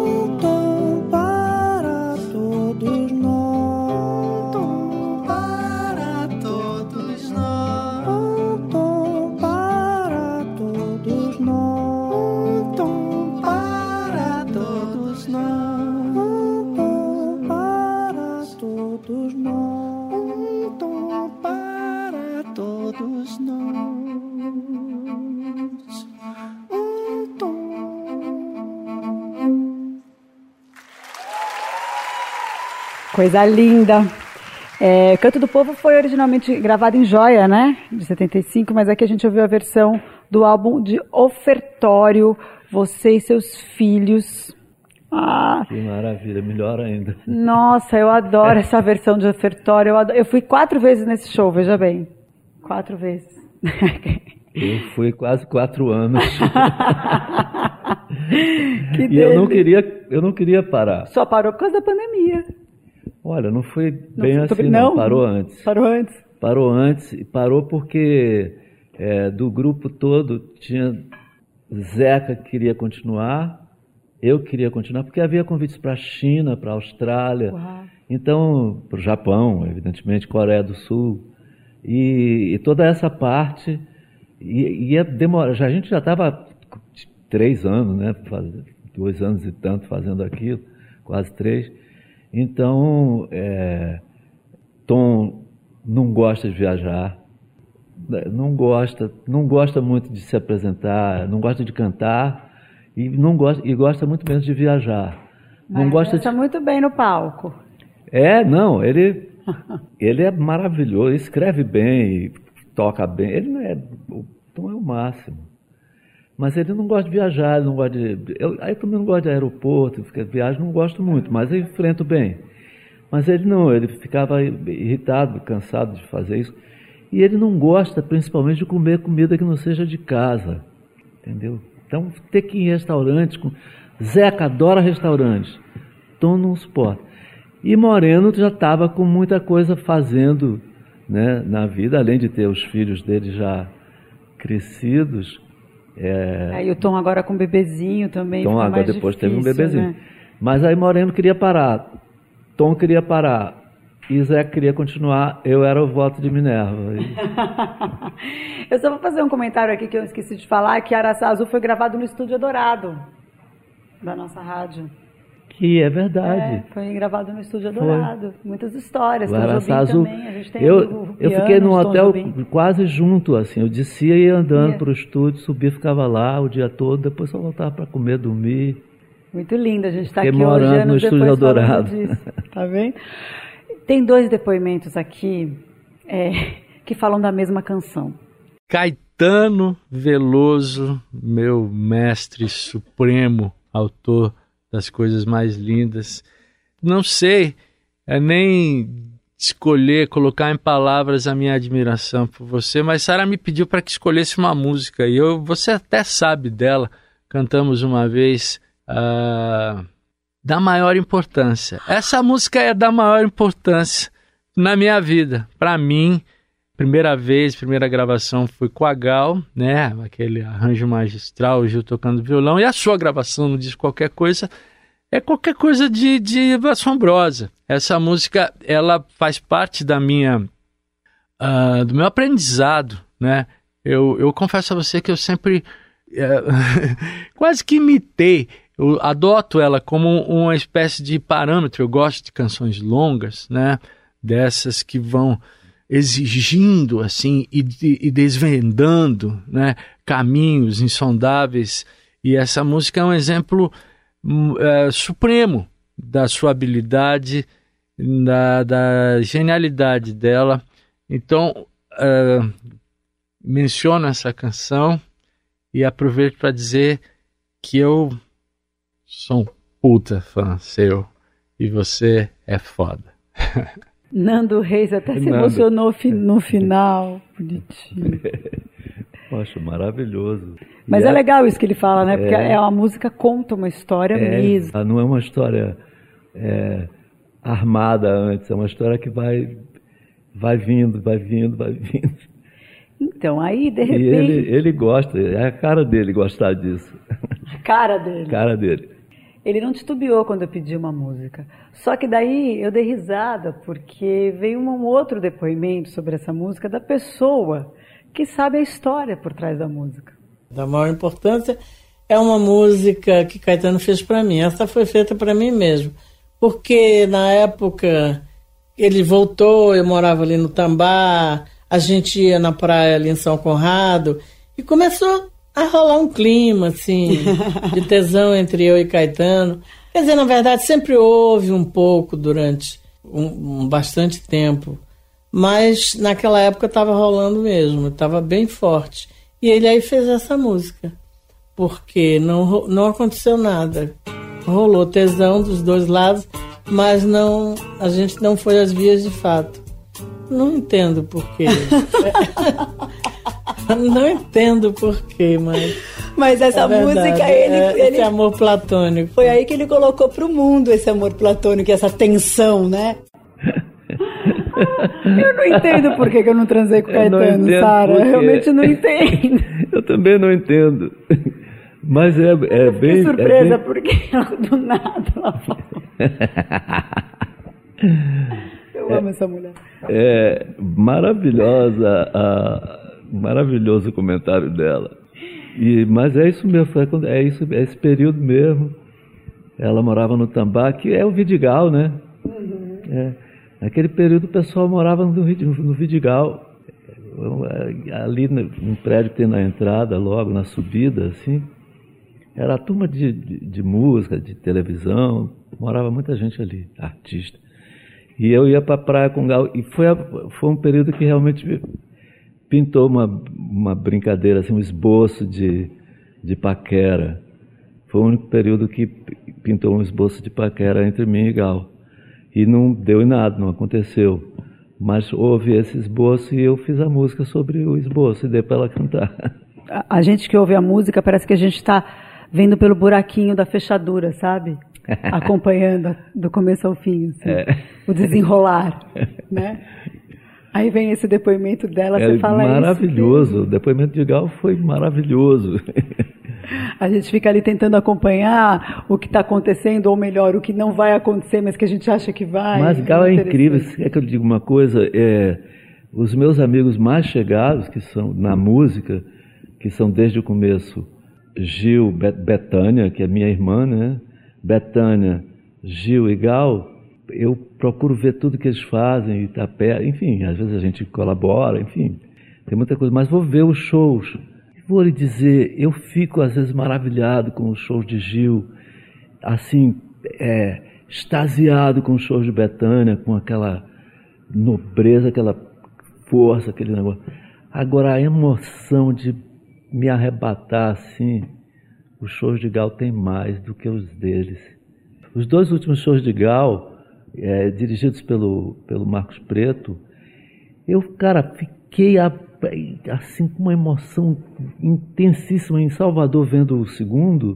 Coisa linda. É, Canto do Povo foi originalmente gravado em Joia, né? De setenta e cinco, mas aqui a gente ouviu a versão do álbum de Ofertório, Você e Seus Filhos. Ah, que maravilha, melhor ainda. Nossa, eu adoro essa versão de Ofertório. Eu, adoro, eu fui quatro vezes nesse show, veja bem. Quatro vezes. Eu fui quase quatro anos. E eu não queria, eu não queria parar. Só parou por causa da pandemia. Olha, não foi bem não, assim, não. não. Parou antes. Parou antes. Parou antes e parou porque É, do grupo todo, tinha Zeca que queria continuar, eu queria continuar, porque havia convites para a China, para a Austrália, Uau. Então, para o Japão, evidentemente, Coreia do Sul, e, e toda essa parte ia demorar. Já, a gente já estava três anos, né, dois anos e tanto fazendo aquilo, quase três. Então, é, Tom não gosta de viajar, não gosta, não gosta muito de se apresentar, não gosta de cantar e não gosta e gosta muito menos de viajar. Mas não gosta de... muito bem no palco. É, não, ele ele é maravilhoso, escreve bem, toca bem. Ele não é, o Tom é o máximo. Mas ele não gosta de viajar, ele não gosta de, eu, aí também não gosta de aeroporto, viagem não gosto muito, mas eu enfrento bem. Mas ele não, ele ficava irritado, cansado de fazer isso. E ele não gosta, principalmente, de comer comida que não seja de casa, entendeu? Então, ter que ir em restaurantes... Com... Zeca adora restaurantes, Tom não suporta. E Moreno já estava com muita coisa fazendo, né, na vida, além de ter os filhos dele já crescidos. É... Aí o Tom agora com bebezinho também. Tom agora mais depois difícil, teve um bebezinho. Né? Mas aí Moreno queria parar, Tom queria parar. E Zé queria continuar, eu era o voto de Minerva. Eu só vou fazer um comentário aqui que eu esqueci de falar, que Araçá Azul foi gravado no Estúdio Adorado, da nossa rádio. Que é verdade. É, foi gravado no Estúdio Adorado. Foi. Muitas histórias. O Araçá Azul. Também. A gente tem eu, o piano, eu fiquei num hotel Jobim. Quase junto, assim. Eu descia e ia andando para o estúdio, subia, ficava lá o dia todo, depois só voltava para comer, dormir. Muito lindo, a gente está aqui morando hoje, anos no Estúdio Adorado. Disso, tá vendo? Tem dois depoimentos aqui é, que falam da mesma canção. Caetano Veloso, meu mestre supremo, autor das coisas mais lindas. Não sei é, nem escolher, colocar em palavras a minha admiração por você, mas Sara me pediu para que escolhesse uma música, e eu, você até sabe dela, cantamos uma vez... Uh, da maior importância. Essa música é da maior importância na minha vida. Para mim, primeira vez, primeira gravação foi com a Gal, né? Aquele arranjo magistral, o Gil tocando violão, e a sua gravação no disco Qualquer Coisa é qualquer coisa de, de assombrosa. Essa música, ela faz parte da minha, uh, do meu aprendizado, né? Eu, eu confesso a você que eu sempre uh, quase que imitei. Eu adoto ela como uma espécie de parâmetro. Eu gosto de canções longas, né? Dessas que vão exigindo assim e, e desvendando, né? Caminhos insondáveis. E essa música é um exemplo é, supremo da sua habilidade, da, da genialidade dela. Então, é, menciono essa canção e aproveito para dizer que eu sou um puta fã seu e você é foda. Nando Reis até se Nando. emocionou no final. Bonitinho. Poxa, maravilhoso. Mas e é a... legal isso que ele fala, né? Porque é... é uma música, conta uma história é... mesmo. Não é uma história é... armada antes, é uma história que vai, vai vindo, vai vindo, vai vindo. Então, aí, de repente... E ele, ele gosta, é a cara dele gostar disso. A cara dele. A cara dele. Ele não titubeou quando eu pedi uma música. Só que daí eu dei risada, porque veio um outro depoimento sobre essa música da pessoa que sabe a história por trás da música. Da maior importância é uma música que Caetano fez para mim. Essa foi feita para mim mesmo. Porque na época ele voltou, eu morava ali no Tambá, a gente ia na praia ali em São Conrado e começou a rolar um clima, assim, de tesão entre eu e Caetano. Quer dizer, na verdade, sempre houve um pouco durante um, um bastante tempo, mas naquela época estava rolando mesmo, estava bem forte. E ele aí fez essa música, porque não, não aconteceu nada. Rolou tesão dos dois lados, mas não, a gente não foi às vias de fato. Não entendo porquê. Não entendo porquê, mas... Mas essa é música, ele, é, ele... Esse amor platônico. Foi aí que ele colocou pro mundo esse amor platônico, essa tensão, né? Eu não entendo por que, que eu não transei com o Caetano, Sara. Eu realmente não entendo. Eu também não entendo. Mas é, é eu fiquei bem... surpresa é bem... porque ela, do nada ela falou. Eu amo é, essa mulher. É maravilhosa, a, maravilhoso o comentário dela. E, mas é isso mesmo, é, isso, é esse período mesmo. Ela morava no Tambá, que é o Vidigal, né? Uhum. É, naquele período o pessoal morava no, no Vidigal. Ali no, no prédio que tem na entrada, logo na subida, assim. Era a turma de, de, de música, de televisão. Morava muita gente ali, artista. E eu ia para a praia com o Gal. E foi, a, foi um período que realmente pintou uma, uma brincadeira, assim, um esboço de, de paquera. Foi o único período que pintou um esboço de paquera entre mim e Gal. E não deu em nada, não aconteceu. Mas houve esse esboço e eu fiz a música sobre o esboço e dei para ela cantar. A, a gente que ouve a música parece que a gente está vendo pelo buraquinho da fechadura, sabe? Acompanhando do começo ao fim, assim, é. O desenrolar, né? Aí vem esse depoimento dela, é você fala isso. Maravilhoso, o depoimento de Gal foi maravilhoso. A gente fica ali tentando acompanhar o que está acontecendo, ou melhor, o que não vai acontecer, mas que a gente acha que vai. Mas Gal é incrível. É que eu digo uma coisa, é, os meus amigos mais chegados, que são na música, que são desde o começo, Gil, Bethânia, que é minha irmã, né? Bethânia, Gil e Gal, eu procuro ver tudo que eles fazem, e tá perto, enfim, às vezes a gente colabora, enfim, tem muita coisa, mas vou ver os shows. Vou lhe dizer, eu fico às vezes maravilhado com os shows de Gil, assim, é, extasiado com os shows de Bethânia, com aquela nobreza, aquela força, aquele negócio. Agora, a emoção de me arrebatar, assim, os shows de Gal tem mais do que os deles. Os dois últimos shows de Gal, é, dirigidos pelo, pelo Marcos Preto, eu, cara, fiquei assim com uma emoção intensíssima em Salvador vendo o segundo.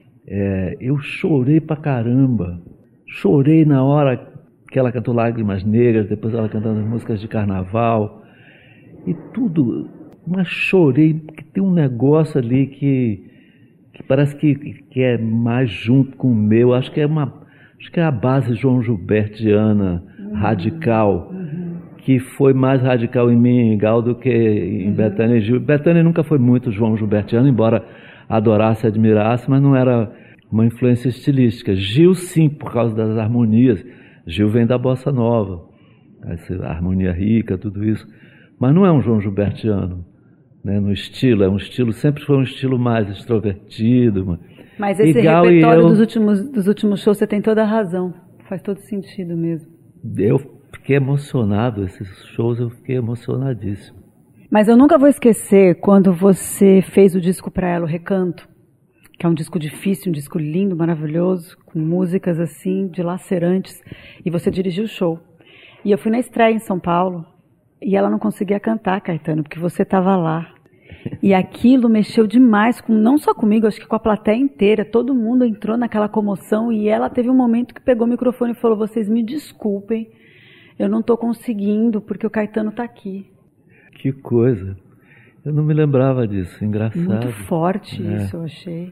É, eu chorei pra caramba. Chorei na hora que ela cantou Lágrimas Negras, depois ela cantando as músicas de carnaval. E tudo, mas chorei, porque tem um negócio ali que, que parece que, que é mais junto com o meu. Acho que é uma, acho que é a base João Gilbertiana, uhum. radical, uhum. que foi mais radical em mim, em Gal, do que em uhum. Bethânia e Gil. Bethânia nunca foi muito João Gilbertiano, embora adorasse e admirasse, mas não era uma influência estilística. Gil, sim, por causa das harmonias. Gil vem da bossa nova, essa harmonia rica, tudo isso. Mas não é um João Gilbertiano, né, no estilo. É um estilo, sempre foi um estilo mais extrovertido. Mas esse repertório eu, dos, últimos, dos últimos shows, você tem toda a razão. Faz todo sentido mesmo. Eu fiquei emocionado, esses shows eu fiquei emocionadíssimo. Mas eu nunca vou esquecer quando você fez o disco para ela, o Recanto, que é um disco difícil, um disco lindo, maravilhoso, com músicas assim, dilacerantes, e você dirigiu o show. E eu fui na estreia em São Paulo, e ela não conseguia cantar, Caetano, porque você estava lá. E aquilo mexeu demais, com, não só comigo, acho que com a plateia inteira. Todo mundo entrou naquela comoção e ela teve um momento que pegou o microfone e falou: vocês me desculpem, eu não estou conseguindo porque o Caetano está aqui. Que coisa. Eu não me lembrava disso, engraçado. Muito forte é. isso, eu achei.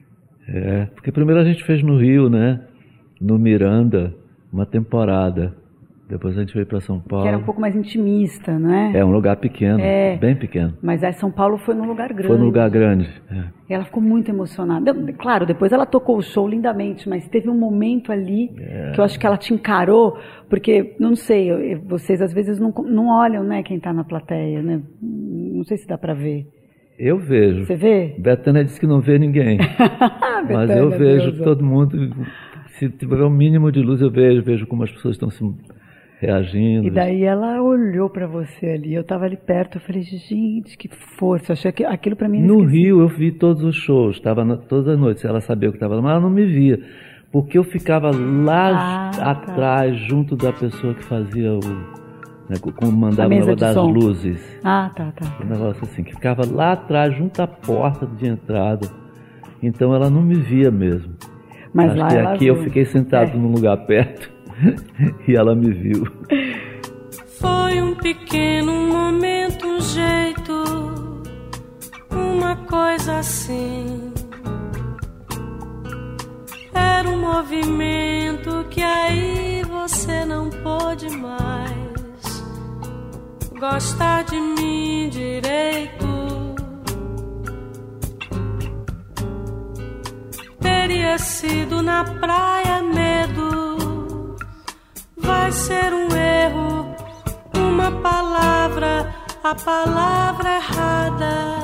É, porque primeiro a gente fez no Rio, né? No Miranda, uma temporada. Depois a gente veio para São Paulo. Que era um pouco mais intimista, não é? É, um lugar pequeno, é, bem pequeno. Mas aí São Paulo foi num lugar grande. Foi num lugar grande, é. E ela ficou muito emocionada. Claro, depois ela tocou o show lindamente, mas teve um momento ali é. que eu acho que ela te encarou, porque, não sei, vocês às vezes não, não olham, né, quem está na plateia, né? Não sei se dá para ver. Eu vejo. Você vê? Bethânia disse que não vê ninguém. Mas eu vejo Deus. Todo mundo. Se tiver um mínimo de luz, eu vejo, vejo como as pessoas estão se reagindo. E daí ela olhou para você ali, eu estava ali perto, eu falei, gente, que força, eu achei que aquilo para mim no Rio eu vi todos os shows, estava todas as noites, ela sabia que estava lá, mas ela não me via, porque eu ficava lá ah, atrás, tá. junto da pessoa que fazia o, né, como mandava o negócio das som. luzes. Ah, tá, tá. Um negócio assim, que ficava lá atrás, junto à porta de entrada, então ela não me via mesmo. Mas Acho lá que ela aqui viu. Eu fiquei sentado é. num lugar perto, e ela me viu. Foi coisa assim. Era um movimento que aí você não pôde mais gostar de mim direito. Teria sido na praia medo. Vai ser um erro, uma palavra, a palavra errada.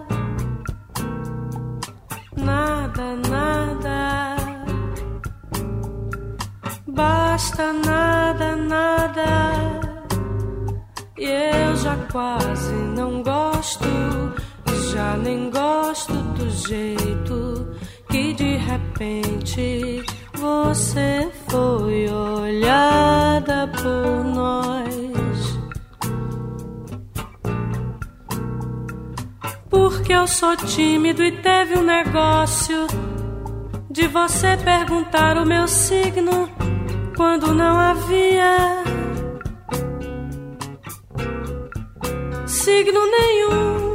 Nada, nada, basta nada, nada. E eu já quase não gosto, já nem gosto do jeito que de repente você foi olhada por nós. Porque eu sou tímido e teve um negócio de você perguntar o meu signo quando não havia signo nenhum.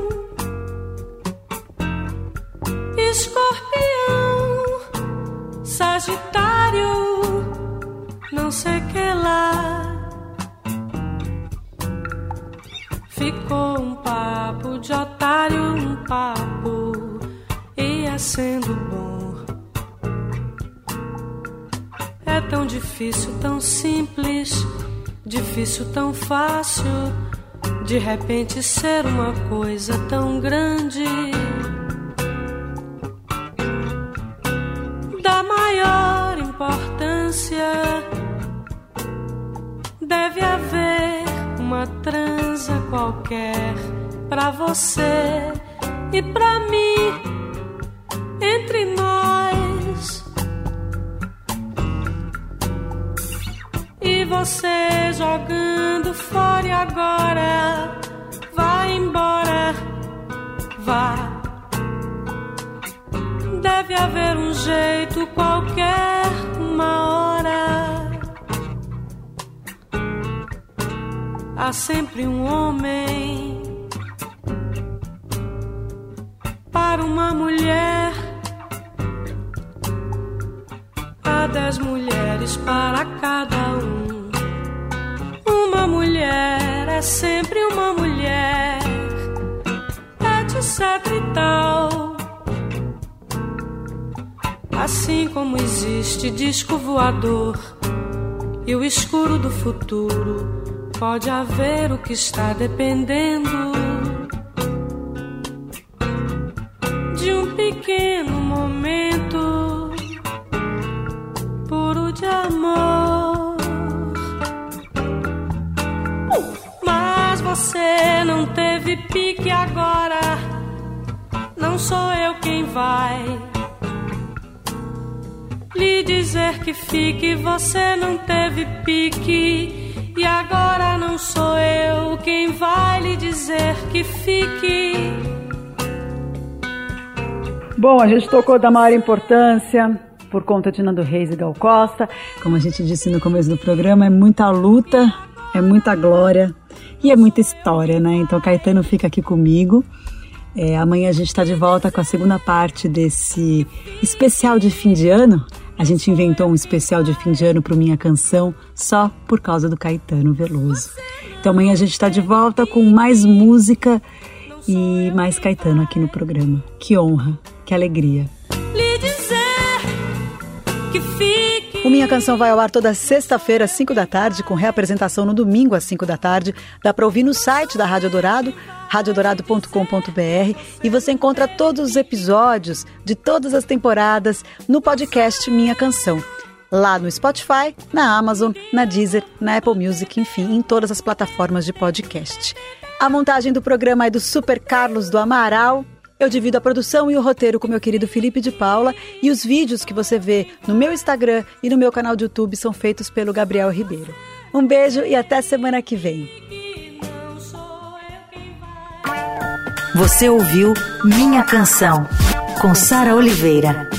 Escorpião, Sagitário, não sei que lá. Ficou um papo de otário, um papo ia sendo bom. É tão difícil, tão simples, difícil, tão fácil, de repente ser uma coisa tão grande. Da maior importância, deve haver uma transa qualquer pra você e pra mim, entre nós. E você jogando fora e agora vai embora, vá. Deve haver um jeito qualquer, uma hora. Há sempre um homem para uma mulher. Há dez mulheres para cada um. Uma mulher é sempre uma mulher, etc e tal. Assim como existe disco voador e o escuro do futuro, pode haver o que está dependendo de um pequeno momento puro de amor. Mas você não teve pique agora, não sou eu quem vai lhe dizer que fique. Você não teve pique e agora não sou eu quem vai lhe dizer que fique. Bom, a gente tocou da maior importância por conta de Nando Reis e Gal Costa. Como a gente disse no começo do programa, é muita luta, é muita glória e é muita história, né? Então Caetano fica aqui comigo. É, amanhã a gente está de volta com a segunda parte desse especial de fim de ano. A gente inventou um especial de fim de ano para Minha Canção só por causa do Caetano Veloso. Então amanhã a gente está de volta com mais música e mais Caetano aqui no programa. Que honra, que alegria. Lhe dizer que fique. O Minha Canção vai ao ar toda sexta-feira às cinco da tarde, com reapresentação no domingo às cinco da tarde. Dá para ouvir no site da Rádio Dourado, rádio dourado ponto com ponto b r, e você encontra todos os episódios de todas as temporadas no podcast Minha Canção. Lá no Spotify, na Amazon, na Deezer, na Apple Music, enfim, em todas as plataformas de podcast. A montagem do programa é do Super Carlos do Amaral. Eu divido a produção e o roteiro com meu querido Felipe de Paula, e os vídeos que você vê no meu Instagram e no meu canal de YouTube são feitos pelo Gabriel Ribeiro. Um beijo e até semana que vem. Você ouviu Minha Canção, com Sara Oliveira.